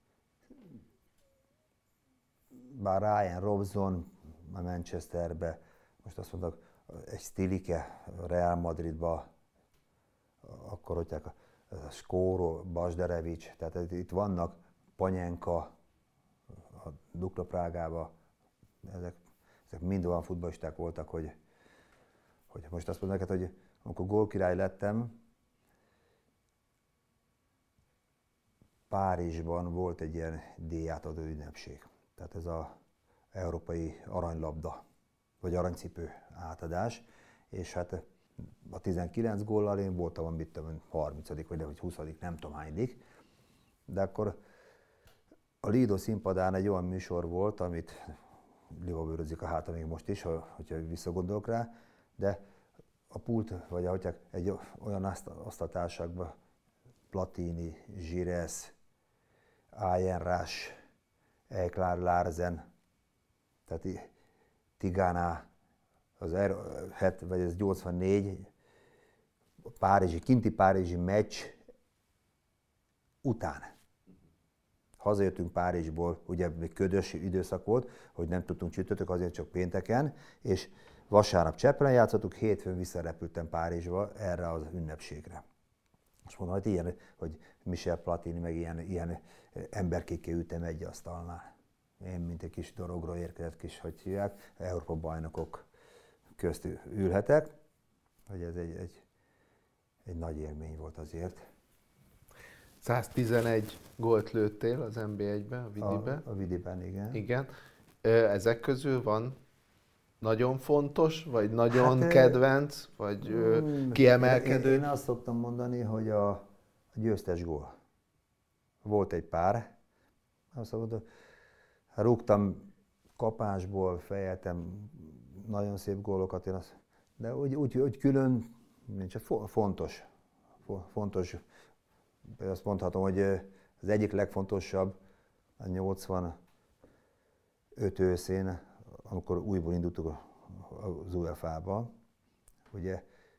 bár Ryan Robson a Manchesterbe, most azt mondok, egy Stilike Real Madridba, akkor hogy a, a Skóro, Basderevics, tehát itt vannak, Panyenka, a Dukla Prágába, ezek, ezek mind olyan futballisták voltak, hogy, hogy most azt mondom neked, hogy amikor gólkirály lettem, Párizsban volt egy ilyen díjátadó ünnepség. Tehát ez az európai aranylabda, vagy aranycipő átadás, és hát a tizenkilenc góllal én voltam, mit tudom, harmincadik vagy, vagy huszadik, nem tudom hányadik, de akkor a Lido színpadán egy olyan műsor volt, amit livabőrözik a háta még most is, hogyha visszagondolok rá, de a pult, vagy ahogy egy olyan asztaltárságban Platini, Gires, Ayenrás, Eiklar Larsen, tehát Tigana, az er, vagy ez nyolcvannégy, a párizsi, kinti párizsi meccs után. Hazajöttünk Párizsból, ugye még ködös időszak volt, hogy nem tudtunk csütörtök, azért csak pénteken, és vasárnap Csepelen játszottuk, hétfőn visszarepültem Párizsba erre az ünnepségre. És mondom, hogy ilyen, hogy Michel Platini, meg ilyen, ilyen emberkékkel ültem egy asztalnál. Én, mint egy kis dorogról érkezett kis, hogy hívják, Európa bajnokok közt ülhetek, hogy ez egy, egy, egy nagy élmény volt azért. száztizenegy gólt lőttél az en bé egyben, a Vidiben. A, a Vidiben, igen. Igen. Ezek közül van nagyon fontos, vagy nagyon Hát, kedvenc, vagy mm, kiemelkedő? Én, én azt szoktam mondani, hogy a, a győztes gól. Volt egy pár, azt mondom, rúgtam kapásból, fejeltem nagyon szép gólokat, én azt, de úgy, úgy, úgy külön, nincs, fontos, fontos, azt mondhatom, hogy az egyik legfontosabb a nyolcvanöt őszén, amikor újból indultuk az u ef á-ba, ugye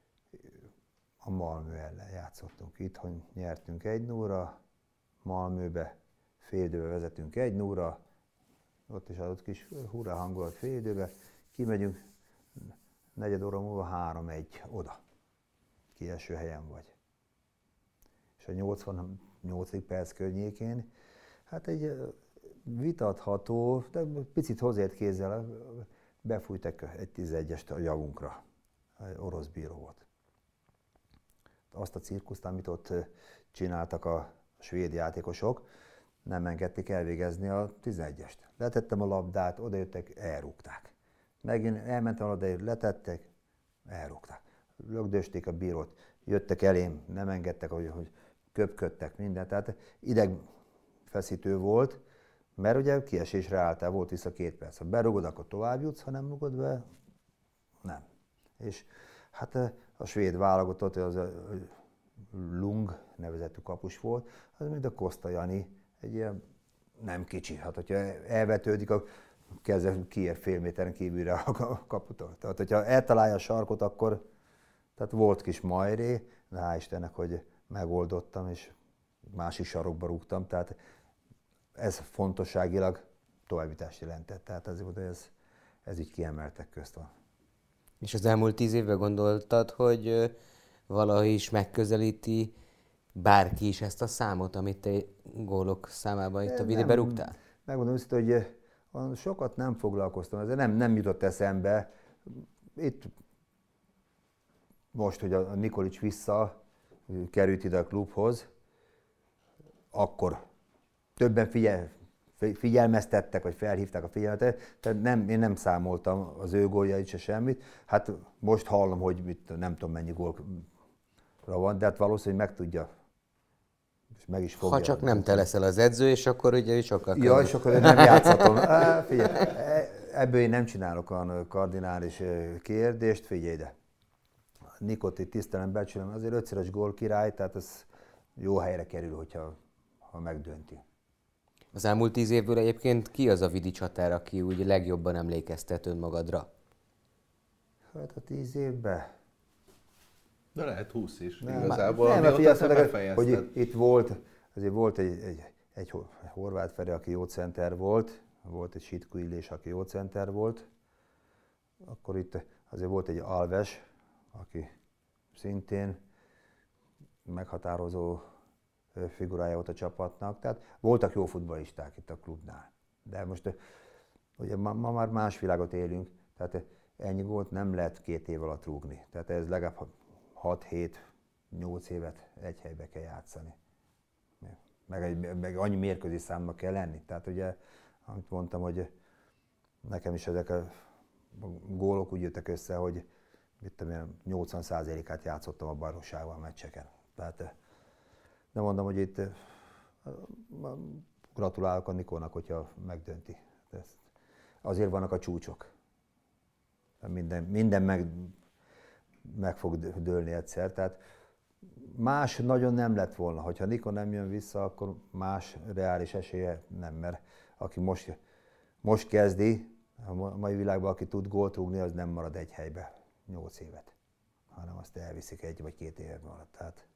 a Malmö ellen játszottunk. Itthon nyertünk egy nulla, Malmöbe fél időbe vezetünk egy nulla, ott is adott kis hurrá hangulat fél időbe, kimegyünk, negyed óra múlva három egy oda, ki első helyen vagy. És a nyolcvannyolcadik perc környékén, hát egy vitatható, de picit hozzáért kézzel befújtak egy tizenegyest a javunkra, egy orosz bíró volt. Azt a cirkuszt, amit ott csináltak a svéd játékosok, nem engedték elvégezni a tizenegyest. Letettem a labdát, odajöttek, elrúgták. Megint elmentem a labdáért, letettek, elrúgták. Lögdösték a bírót, jöttek elém, nem engedtek, hogy, hogy köpködtek mindent. Tehát idegfeszítő volt, mert ugye kiesésre álltál, volt vissza két perc. Ha berugod, akkor tovább jutsz, ha nem rugod be, nem. És hát a svéd válogatott, az a Lung nevezetű kapus volt, az mint a Koszta Jani, egy ilyen nem kicsi. Hát hogyha elvetődik, akkor kezdve kiér fél méteren kívülre a kaputól. Tehát hogyha eltalálja a sarkot, akkor tehát volt kis majré, de hál' Istennek, hogy megoldottam, és másik sarokba rúgtam. Tehát ez fontosságilag továbbítást jelentett. Tehát azért, hogy ez, ez így kiemeltek közt van. És az elmúlt tíz évben gondoltad, hogy valahogy is megközelíti bárki is ezt a számot, amit te gólok számában itt a Vidiben rúgtál? Megmondom őszintén, hogy sokat nem foglalkoztam, ezzel nem, nem jutott eszembe. Itt most, hogy a Nikolics vissza került ide a klubhoz, akkor többen figyel, figyelmeztettek, vagy felhívták a figyelmet, tehát nem, én nem számoltam az ő góljait se semmit. Hát most hallom, hogy mit, nem tudom mennyi gólra van, de hát valószínűleg meg tudja, és meg is fogja. Ha csak nem te leszel az edző, és akkor ugye sokkal Ja, és akkor nem játszhatom. Á, figyelj, ebből én nem csinálok olyan kardinális kérdést, figyelj ide. Nikot itt tisztelem, becsülöm, azért ötszörös gól király, tehát ez jó helyre kerül, hogyha ha megdönti. Az elmúlt tíz évből egyébként ki az a Vidi csatár, aki úgy legjobban emlékeztet önmagadra? Hát a tíz évben. De lehet húsz is. Nem, igazából, nem, amióta te hogy befejezted. itt, itt volt, azért volt egy, egy, egy Horváth Feri, aki jó center volt, volt egy Sitku Illés, aki jó center volt, akkor itt azért volt egy Alves, aki szintén meghatározó figurája volt a csapatnak, tehát voltak jó futballisták itt a klubnál. De most ugye ma, ma már más világot élünk, tehát ennyi gólt nem lehet két év alatt rúgni. Tehát ez legalább hat hét nyolc évet egy helybe kell játszani. meg, egy, meg annyi mérkőzés számnak kell lenni. Tehát ugye, amit mondtam, hogy nekem is ezek a gólok úgy jöttek össze, hogy mit tudom én, nyolcvan százalékát játszottam a bajnokságban a meccseken. Tehát de mondom, hogy itt gratulálok a Nikónak, hogyha megdönti. Azért vannak a csúcsok. Minden, minden meg, meg fog dőlni egyszer. Tehát más nagyon nem lett volna. Hogyha Nikó nem jön vissza, akkor más reális esélye nem. Mert aki most, most kezdi, a mai világban, aki tud gólt rúgni, az nem marad egy helybe nyolc évet, hanem azt elviszik egy vagy két évet alatt. Tehát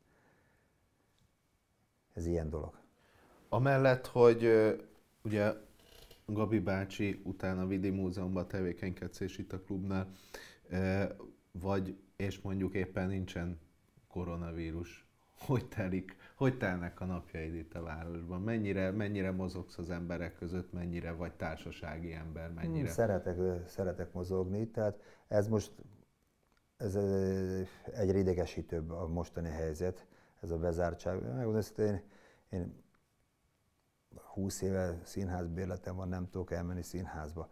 ez ilyen dolog. Amellett, hogy ugye Gabi bácsi utána a Vidi Múzeumban tevékenykedsz és itt a klubnál, vagy és mondjuk éppen nincsen koronavírus, hogy telik, hogy telnek a napjaid itt a városban? Mennyire, mennyire mozogsz az emberek között, mennyire vagy társasági ember, mennyire? Szeretek, szeretek mozogni, tehát ez most ez egyre idegesítőbb a mostani helyzet, ez a bezártság. Megmondom, én, én húsz éve színházbérletem van, nem tudok elmenni színházba.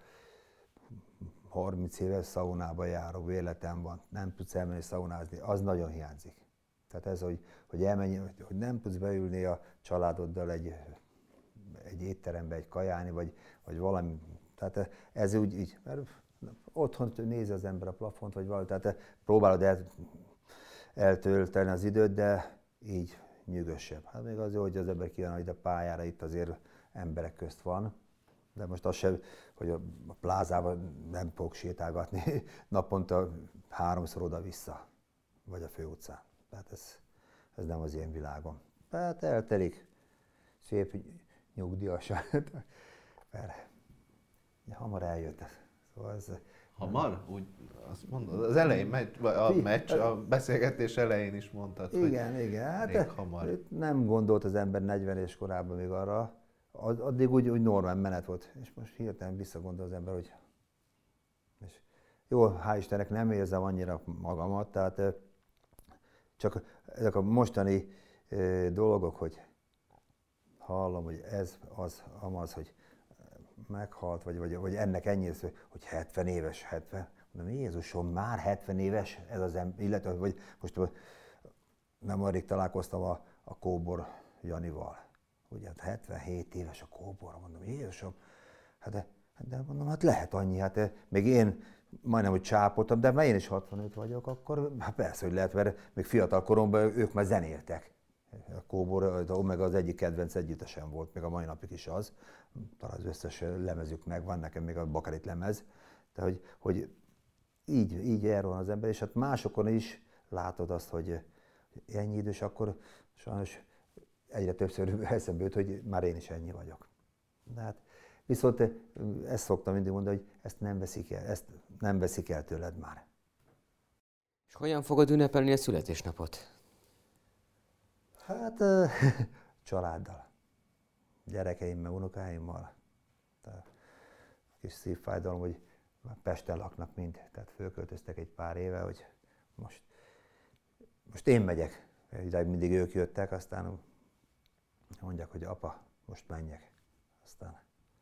harminc éve szaunába járok, bérletem van, nem tudsz elmenni szaunázni, az nagyon hiányzik. Tehát ez, hogy, hogy elmenj, hogy nem tudsz beülni a családoddal egy, egy étterembe, egy kajálni, vagy, vagy valami. Tehát ez úgy így, mert otthon nézi az ember a plafont, vagy valami, tehát próbálod el, eltölteni az időt, de így nyugodsabb. Hát még az jó, hogy az ember kijön ide a pályára, itt azért emberek közt van, de most az sem, hogy a plázában nem fogok sétálgatni naponta háromszor oda-vissza, vagy a főutcán. Tehát ez, ez nem az én világom. Tehát eltelik, szép nyugdíjasan, mert hamar eljött. Szóval ez, hamar? Úgy azt mondod, az elején, megy, a meccs, a beszélgetés elején is mondtad, igen, hogy igen, hát elég hamar. Nem gondolt az ember negyven éves korában még arra, addig úgy, úgy normál menet volt, és most hirtelen visszagondol az ember, hogy és jó, hál' Istennek nem érzem annyira magamat, tehát csak ezek a mostani dolgok, hogy hallom, hogy ez az, amaz, hogy meghalt, vagy, vagy, vagy ennek ennyi, hogy hetven éves, hetven. Mondom, Jézusom, már hetven éves ez az ember, illetve, vagy most nem arrig találkoztam a, a Kóbor Janival. Ugye, hetvenhét éves a Kóbor, mondom, Jézusom, hát de, de mondom, hát lehet annyi, hát még én majdnem, hogy csápoltam, de már én is hatvanöt vagyok, akkor hát persze, hogy lehet, mert még fiatal koromban ők már zenéltek. A Kóbor, az Omega az egyik kedvenc együttesen volt, még a mai napig is az. Talán az összes lemezük megvan, nekem még a Bakarit lemez. Tehát, hogy, hogy így, így erről van az ember, és hát másokon is látod azt, hogy ennyi idős, akkor sajnos egyre többször eszembe jut, hogy már én is ennyi vagyok. De hát, viszont ezt szoktam mindig mondani, hogy ezt nem veszik el, ezt nem veszik el tőled már. És hogyan fogod ünnepelni a születésnapot? Hát családdal, gyerekeimmel, unokáimmal. Tehát kis szívfájdalom, hogy Pesten laknak mind, tehát fölköltöztek egy pár éve, hogy most, most én megyek. Idáig mindig ők jöttek, aztán mondják, hogy apa, most menjek. Aztán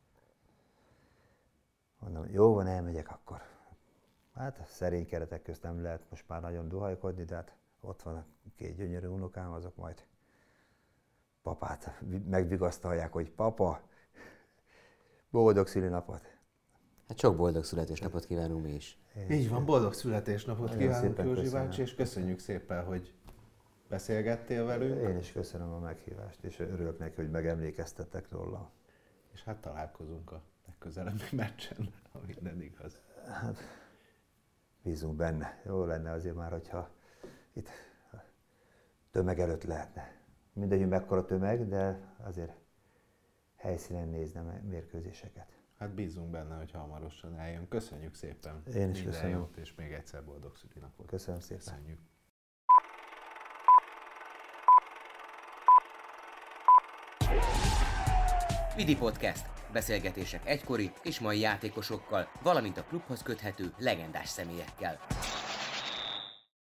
mondom, jó van, elmegyek akkor. Hát szerény keretek közt nem lehet most már nagyon duhajkodni, de hát ott van két gyönyörű unokám, azok majd papát megvigasztalják, hogy papa, boldog szülinapot. Hát sok boldog születésnapot kívánunk mi is. Így van, boldog születésnapot Nagyon kívánunk, szépen Józsi köszönöm. bácsi, és köszönjük szépen, hogy beszélgettél velünk. Én is köszönöm a meghívást, és örülök neki, hogy megemlékeztettek róla. És hát találkozunk a legközelebbi meccsen, ha minden igaz. Hát, bízunk benne. Jó lenne azért már, hogyha itt tömeg előtt lehetne. Mindegy, hogy mekkora tömeg, de azért helyszínen nézne mérkőzéseket. Hát bízunk benne, hogy hamarosan eljön. Köszönjük szépen. Én is Minden köszönöm. jót, és még egyszer boldog szülinapot. Köszönöm szépen. Köszönjük. Vidi Podcast. Beszélgetések egykori és mai játékosokkal, valamint a klubhoz köthető legendás személyekkel.